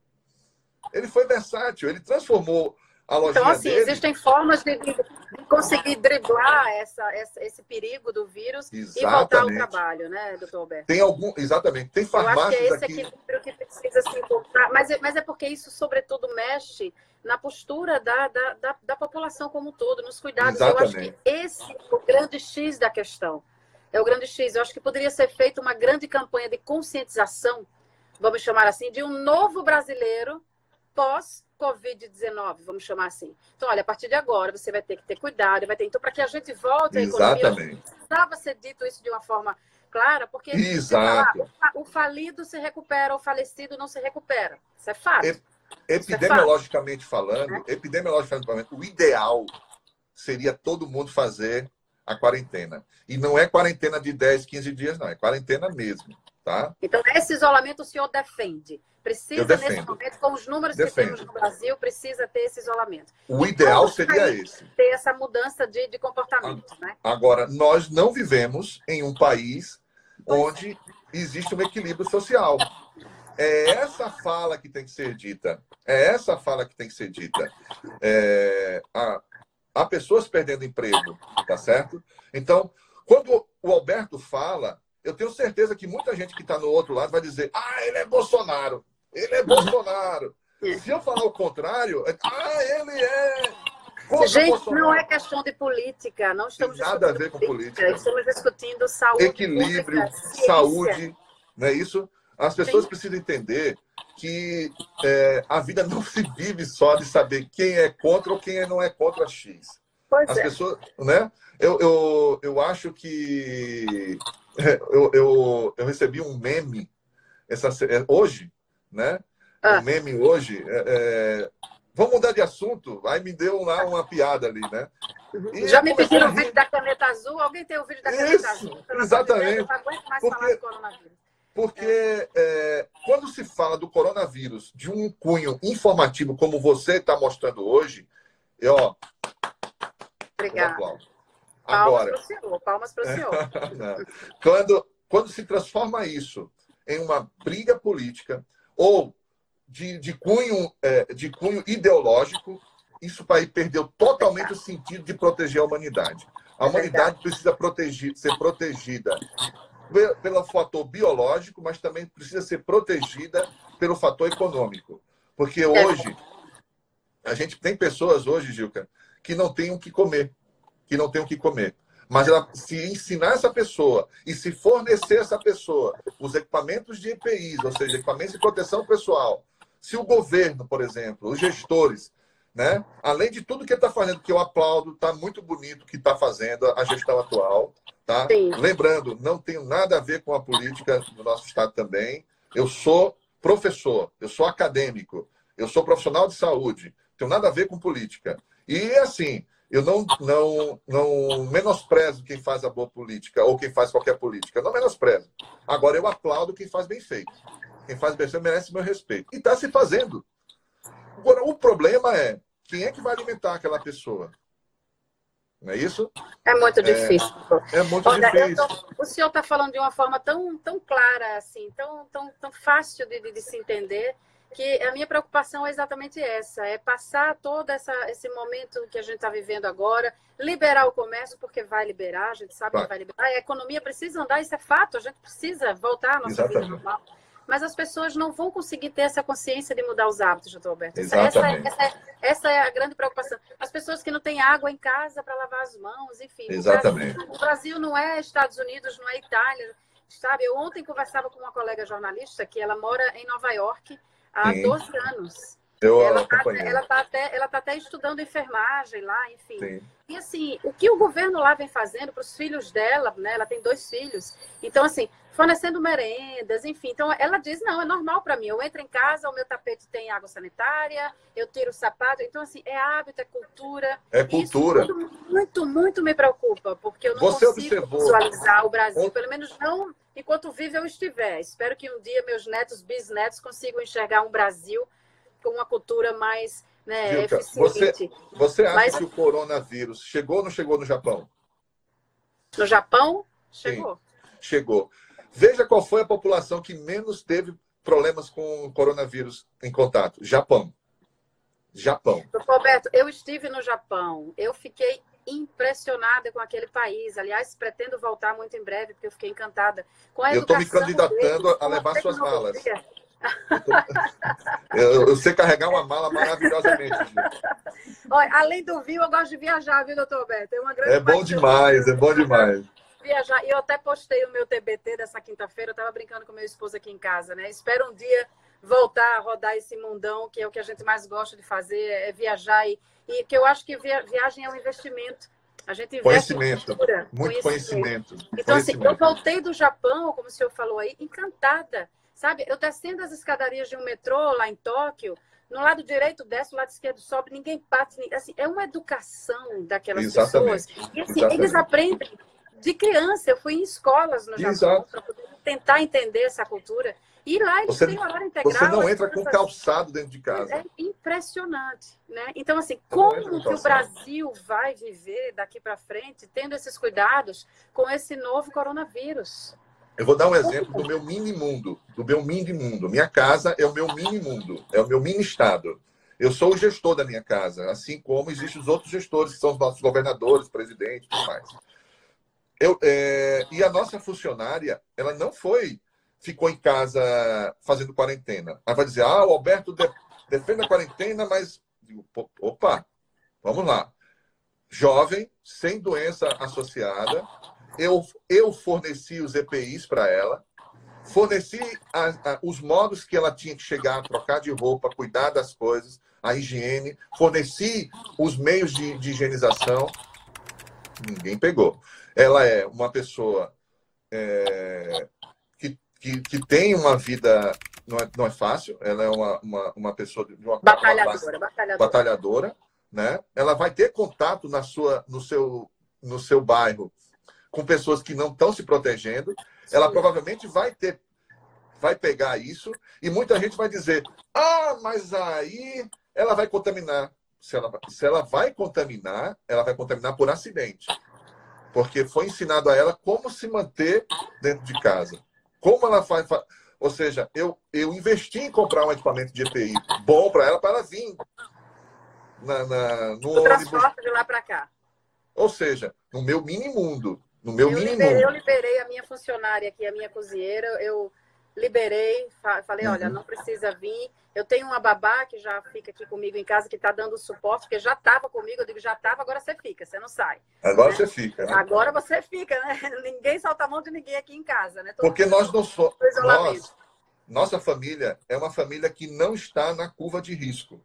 Ele foi versátil. Ele transformou a lojinha Então, assim, dele... existem formas de, de conseguir driblar essa, essa, esse perigo do vírus exatamente. E voltar ao trabalho, né, doutor Alberto? Tem algum... Exatamente. Tem farmácias Eu acho que é esse aqui... equilíbrio que precisa se encontrar. Mas, mas é porque isso, sobretudo, mexe na postura da, da, da, da população como um todo, nos cuidados. Exatamente. Eu acho que esse é o grande X da questão. É o grande X. Eu acho que poderia ser feita uma grande campanha de conscientização, vamos chamar assim, de um novo brasileiro pós-Covid dezenove, vamos chamar assim. Então, olha, a partir de agora, você vai ter que ter cuidado, vai ter... Então, para que a gente volte à economia, Exatamente. Precisava ser dito isso de uma forma clara, porque Exato. Falar, o falido se recupera, o falecido não se recupera. Isso é fato. E, epidemiologicamente falando, é. epidemiologicamente falando, o ideal seria todo mundo fazer a quarentena. E não é quarentena de dez, quinze dias, não. É quarentena mesmo. Tá? Então, esse isolamento o senhor defende. Precisa, nesse momento, com os números defendo. que temos no Brasil, precisa ter esse isolamento. O e ideal seria esse. Ter essa mudança de, de comportamento. Né? Agora, nós não vivemos em um país onde existe um equilíbrio social. É essa fala que tem que ser dita. É essa fala que tem que ser dita. É, há, há pessoas perdendo emprego, tá certo? Então, quando o Alberto fala... eu tenho certeza que muita gente que está no outro lado vai dizer: ah, ele é Bolsonaro, ele é Bolsonaro. Se eu falar o contrário, ah, ele é contra Gente, Bolsonaro. não é questão de política, não estamos Tem nada a discutindo ver com política. Estamos discutindo saúde Equilíbrio, pública, saúde, não é isso? As pessoas Sim. precisam entender que é, a vida não se vive só de saber quem é contra ou quem não é contra X. Pois As é. pessoas, né? Eu, eu, eu acho que eu, eu, eu recebi um meme essa, hoje, né? Ah. Um meme hoje. É, é, vamos mudar de assunto. Aí me deu lá uma piada ali, né? E já me pediram o vídeo da caneta azul. Alguém tem o vídeo da caneta Isso, azul? exatamente. Eu não aguento mais Porque... falar do coronavírus. Porque é. É, quando se fala do coronavírus de um cunho informativo como você está mostrando hoje, eu, ó, Obrigada. Um Agora, palmas para o senhor. Palmas para o senhor. quando, quando se transforma isso em uma briga política ou de, de, cunho, é, de cunho ideológico, isso aí perdeu totalmente o sentido de proteger a humanidade. A humanidade precisa proteger, ser protegida pelo fator biológico, mas também precisa ser protegida pelo fator econômico. Porque hoje, a gente tem pessoas hoje, Gilca, que não têm o que comer. Que não têm o que comer. Mas ela, se ensinar essa pessoa e se fornecer essa pessoa os equipamentos de E P Is, ou seja, equipamentos de proteção pessoal, se o governo, por exemplo, os gestores, né, além de tudo que ele está fazendo, que eu aplaudo, está muito bonito o que está fazendo a gestão atual, tá? Lembrando, não tenho nada a ver com a política do nosso estado também. Eu sou professor, eu sou acadêmico, eu sou profissional de saúde, não tenho nada a ver com política. E assim, eu não, não, não menosprezo quem faz a boa política ou quem faz qualquer política. Eu não menosprezo. Agora, eu aplaudo quem faz bem feito. Quem faz bem feito merece meu respeito. E está se fazendo. Agora, o problema é quem é que vai alimentar aquela pessoa? Não é isso? É muito difícil. É, é muito Olha, difícil. Tô, o senhor está falando de uma forma tão, tão clara, assim, tão, tão, tão fácil de, de, de se entender, que a minha preocupação é exatamente essa, é passar todo essa, esse momento que a gente está vivendo agora, liberar o comércio, porque vai liberar, a gente sabe vai. que vai liberar, a economia precisa andar, isso é fato, a gente precisa voltar à nossa exatamente. vida normal. Mas as pessoas não vão conseguir ter essa consciência de mudar os hábitos, doutor Alberto. Essa, exatamente. Essa, essa, essa é a grande preocupação. As pessoas que não têm água em casa para lavar as mãos, enfim. Exatamente. O Brasil, o Brasil não é Estados Unidos, não é Itália, sabe? Eu ontem conversava com uma colega jornalista que ela mora em Nova York há Sim. doze anos. Eu ela está ela tá até, ela tá até estudando enfermagem lá, enfim. Sim. E assim, o que o governo lá vem fazendo para os filhos dela, né? Ela tem dois filhos. Então, assim, fornecendo merendas, enfim. Então, ela diz, não, é normal para mim. Eu entro em casa, o meu tapete tem água sanitária, eu tiro o sapato. Então, assim, é hábito, é cultura. É cultura. Isso muito, muito, muito me preocupa, porque eu não Você consigo observou... visualizar o Brasil, pelo menos não enquanto vivo eu estiver. Espero que um dia meus netos, bisnetos, consigam enxergar um Brasil com uma cultura mais né, Gilca, eficiente. Você, você acha Mas... que o coronavírus chegou ou não chegou no Japão? No Japão, chegou. Sim, chegou. Veja qual foi a população que menos teve problemas com o coronavírus em contato. Japão. Japão. Roberto, eu estive no Japão. Eu fiquei impressionada com aquele país. Aliás, pretendo voltar muito em breve, porque eu fiquei encantada com a eu educação. Eu estou me candidatando deles, a levar suas malas. Eu, eu, eu sei carregar uma mala maravilhosamente. Olha, além do vinho, eu gosto de viajar, viu, doutor Roberto? É, uma grande é bom demais, é bom demais. Viajar. E eu até postei o meu T B T dessa quinta-feira, eu estava brincando com meu esposo aqui em casa, né? Espero um dia voltar a rodar esse mundão, que é o que a gente mais gosta de fazer, é viajar. E, e que eu acho que via, viagem é um investimento. A gente investe conhecimento, em cultura, muito conhecimento. conhecimento. Então, conhecimento. assim, eu voltei do Japão, como o senhor falou aí, encantada. Sabe, eu descendo as escadarias de um metrô lá em Tóquio, no lado direito desce, no lado esquerdo sobe, ninguém bate. Assim, é uma educação daquelas Exatamente. pessoas. E assim, Exatamente. eles aprendem de criança. Eu fui em escolas no Japão para poder tentar entender essa cultura. E lá eles você, têm horário integral. Você não entra com calçado dentro de casa. É impressionante, né? Então, assim, como que o Brasil vai viver daqui para frente, tendo esses cuidados com esse novo coronavírus? Eu vou dar um exemplo do meu mini mundo, do meu mini mundo. Minha casa é o meu mini mundo, é o meu mini estado. Eu sou o gestor da minha casa, assim como existem os outros gestores, que são os nossos governadores, presidentes e tudo mais. eu, é, e a nossa funcionária, ela não foi, ficou em casa fazendo quarentena. Ela vai dizer, ah, o Alberto de, defende a quarentena, mas... Digo, opa, vamos lá. Jovem, sem doença associada, eu, eu forneci os E P Is para ela, forneci a, a, os modos que ela tinha que chegar, trocar de roupa, cuidar das coisas, a higiene, forneci os meios de, de higienização, ninguém pegou. Ela é uma pessoa é, que, que, que tem uma vida, não é, não é fácil, ela é uma, uma, uma pessoa de uma, batalhadora, uma classe, batalhadora. batalhadora, né? Ela vai ter contato na sua, no, seu, no seu bairro com pessoas que não estão se protegendo, ela provavelmente vai ter, vai pegar isso, e muita gente vai dizer, ah, mas aí ela vai contaminar. Se ela, se ela vai contaminar, ela vai contaminar por acidente. Porque foi ensinado a ela como se manter dentro de casa. Como ela faz... Ou seja, eu, eu investi em comprar um equipamento de E P I bom para ela, para ela vir na, na, no ônibus. Transporte de lá para cá. Ou seja, no meu mini mundo. No meu eu, mini liberei, mundo. eu liberei a minha funcionária aqui, a minha cozinheira. Eu liberei, falei, olha, não precisa vir. Eu tenho uma babá que já fica aqui comigo em casa, que está dando suporte, porque já estava comigo. Eu digo, já estava, agora você fica, você não sai. Agora né? você fica. Né? Agora você fica, né? Ninguém solta a mão de ninguém aqui em casa, né? Todo porque nós não somos... Nós, Nossa Nossa família é uma família que não está na curva de risco.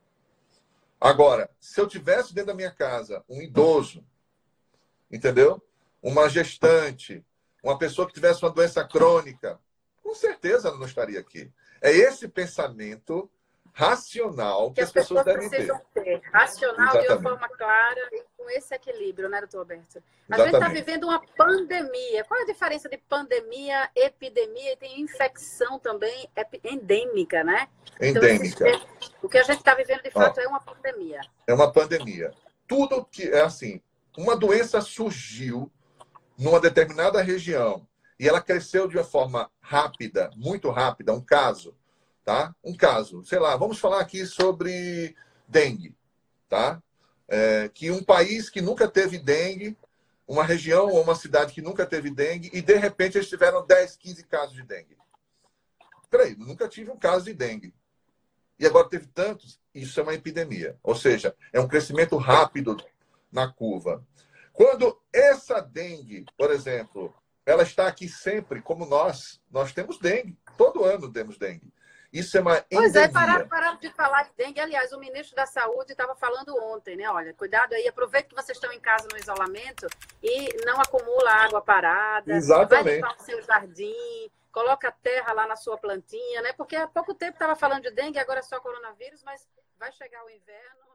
Agora, se eu tivesse dentro da minha casa um idoso, entendeu? Uma gestante, uma pessoa que tivesse uma doença crônica, com certeza ela não estaria aqui. É esse pensamento racional que, que as, as pessoas, pessoas devem precisam ter. ter. Racional, Exatamente. De uma forma clara e com esse equilíbrio, né, doutor Alberto? A Exatamente. gente está vivendo uma pandemia. Qual é a diferença de pandemia, epidemia e tem infecção também endêmica, né? Endêmica. Então, esse, o que a gente está vivendo, de fato, Ó, é uma pandemia. É uma pandemia. Tudo que é assim, uma doença surgiu numa determinada região e ela cresceu de uma forma rápida, muito rápida, um caso, tá? Um caso, sei lá, vamos falar aqui sobre dengue, tá? É, que um país que nunca teve dengue, uma região ou uma cidade que nunca teve dengue e, de repente, eles tiveram dez, quinze casos de dengue. Peraí, nunca tive um caso de dengue. E agora teve tantos, isso é uma epidemia. Ou seja, é um crescimento rápido na curva. Quando essa dengue, por exemplo, ela está aqui sempre, como nós, nós temos dengue. Todo ano temos dengue. Isso é uma endemia. Pois é, pararam, pararam de falar de dengue. Aliás, o ministro da Saúde estava falando ontem, né? Olha, cuidado aí, aproveita que vocês estão em casa no isolamento e não acumula água parada. Exatamente. Vai limpar o seu jardim, coloca terra lá na sua plantinha, né? Porque há pouco tempo estava falando de dengue, agora é só coronavírus, mas vai chegar o inverno.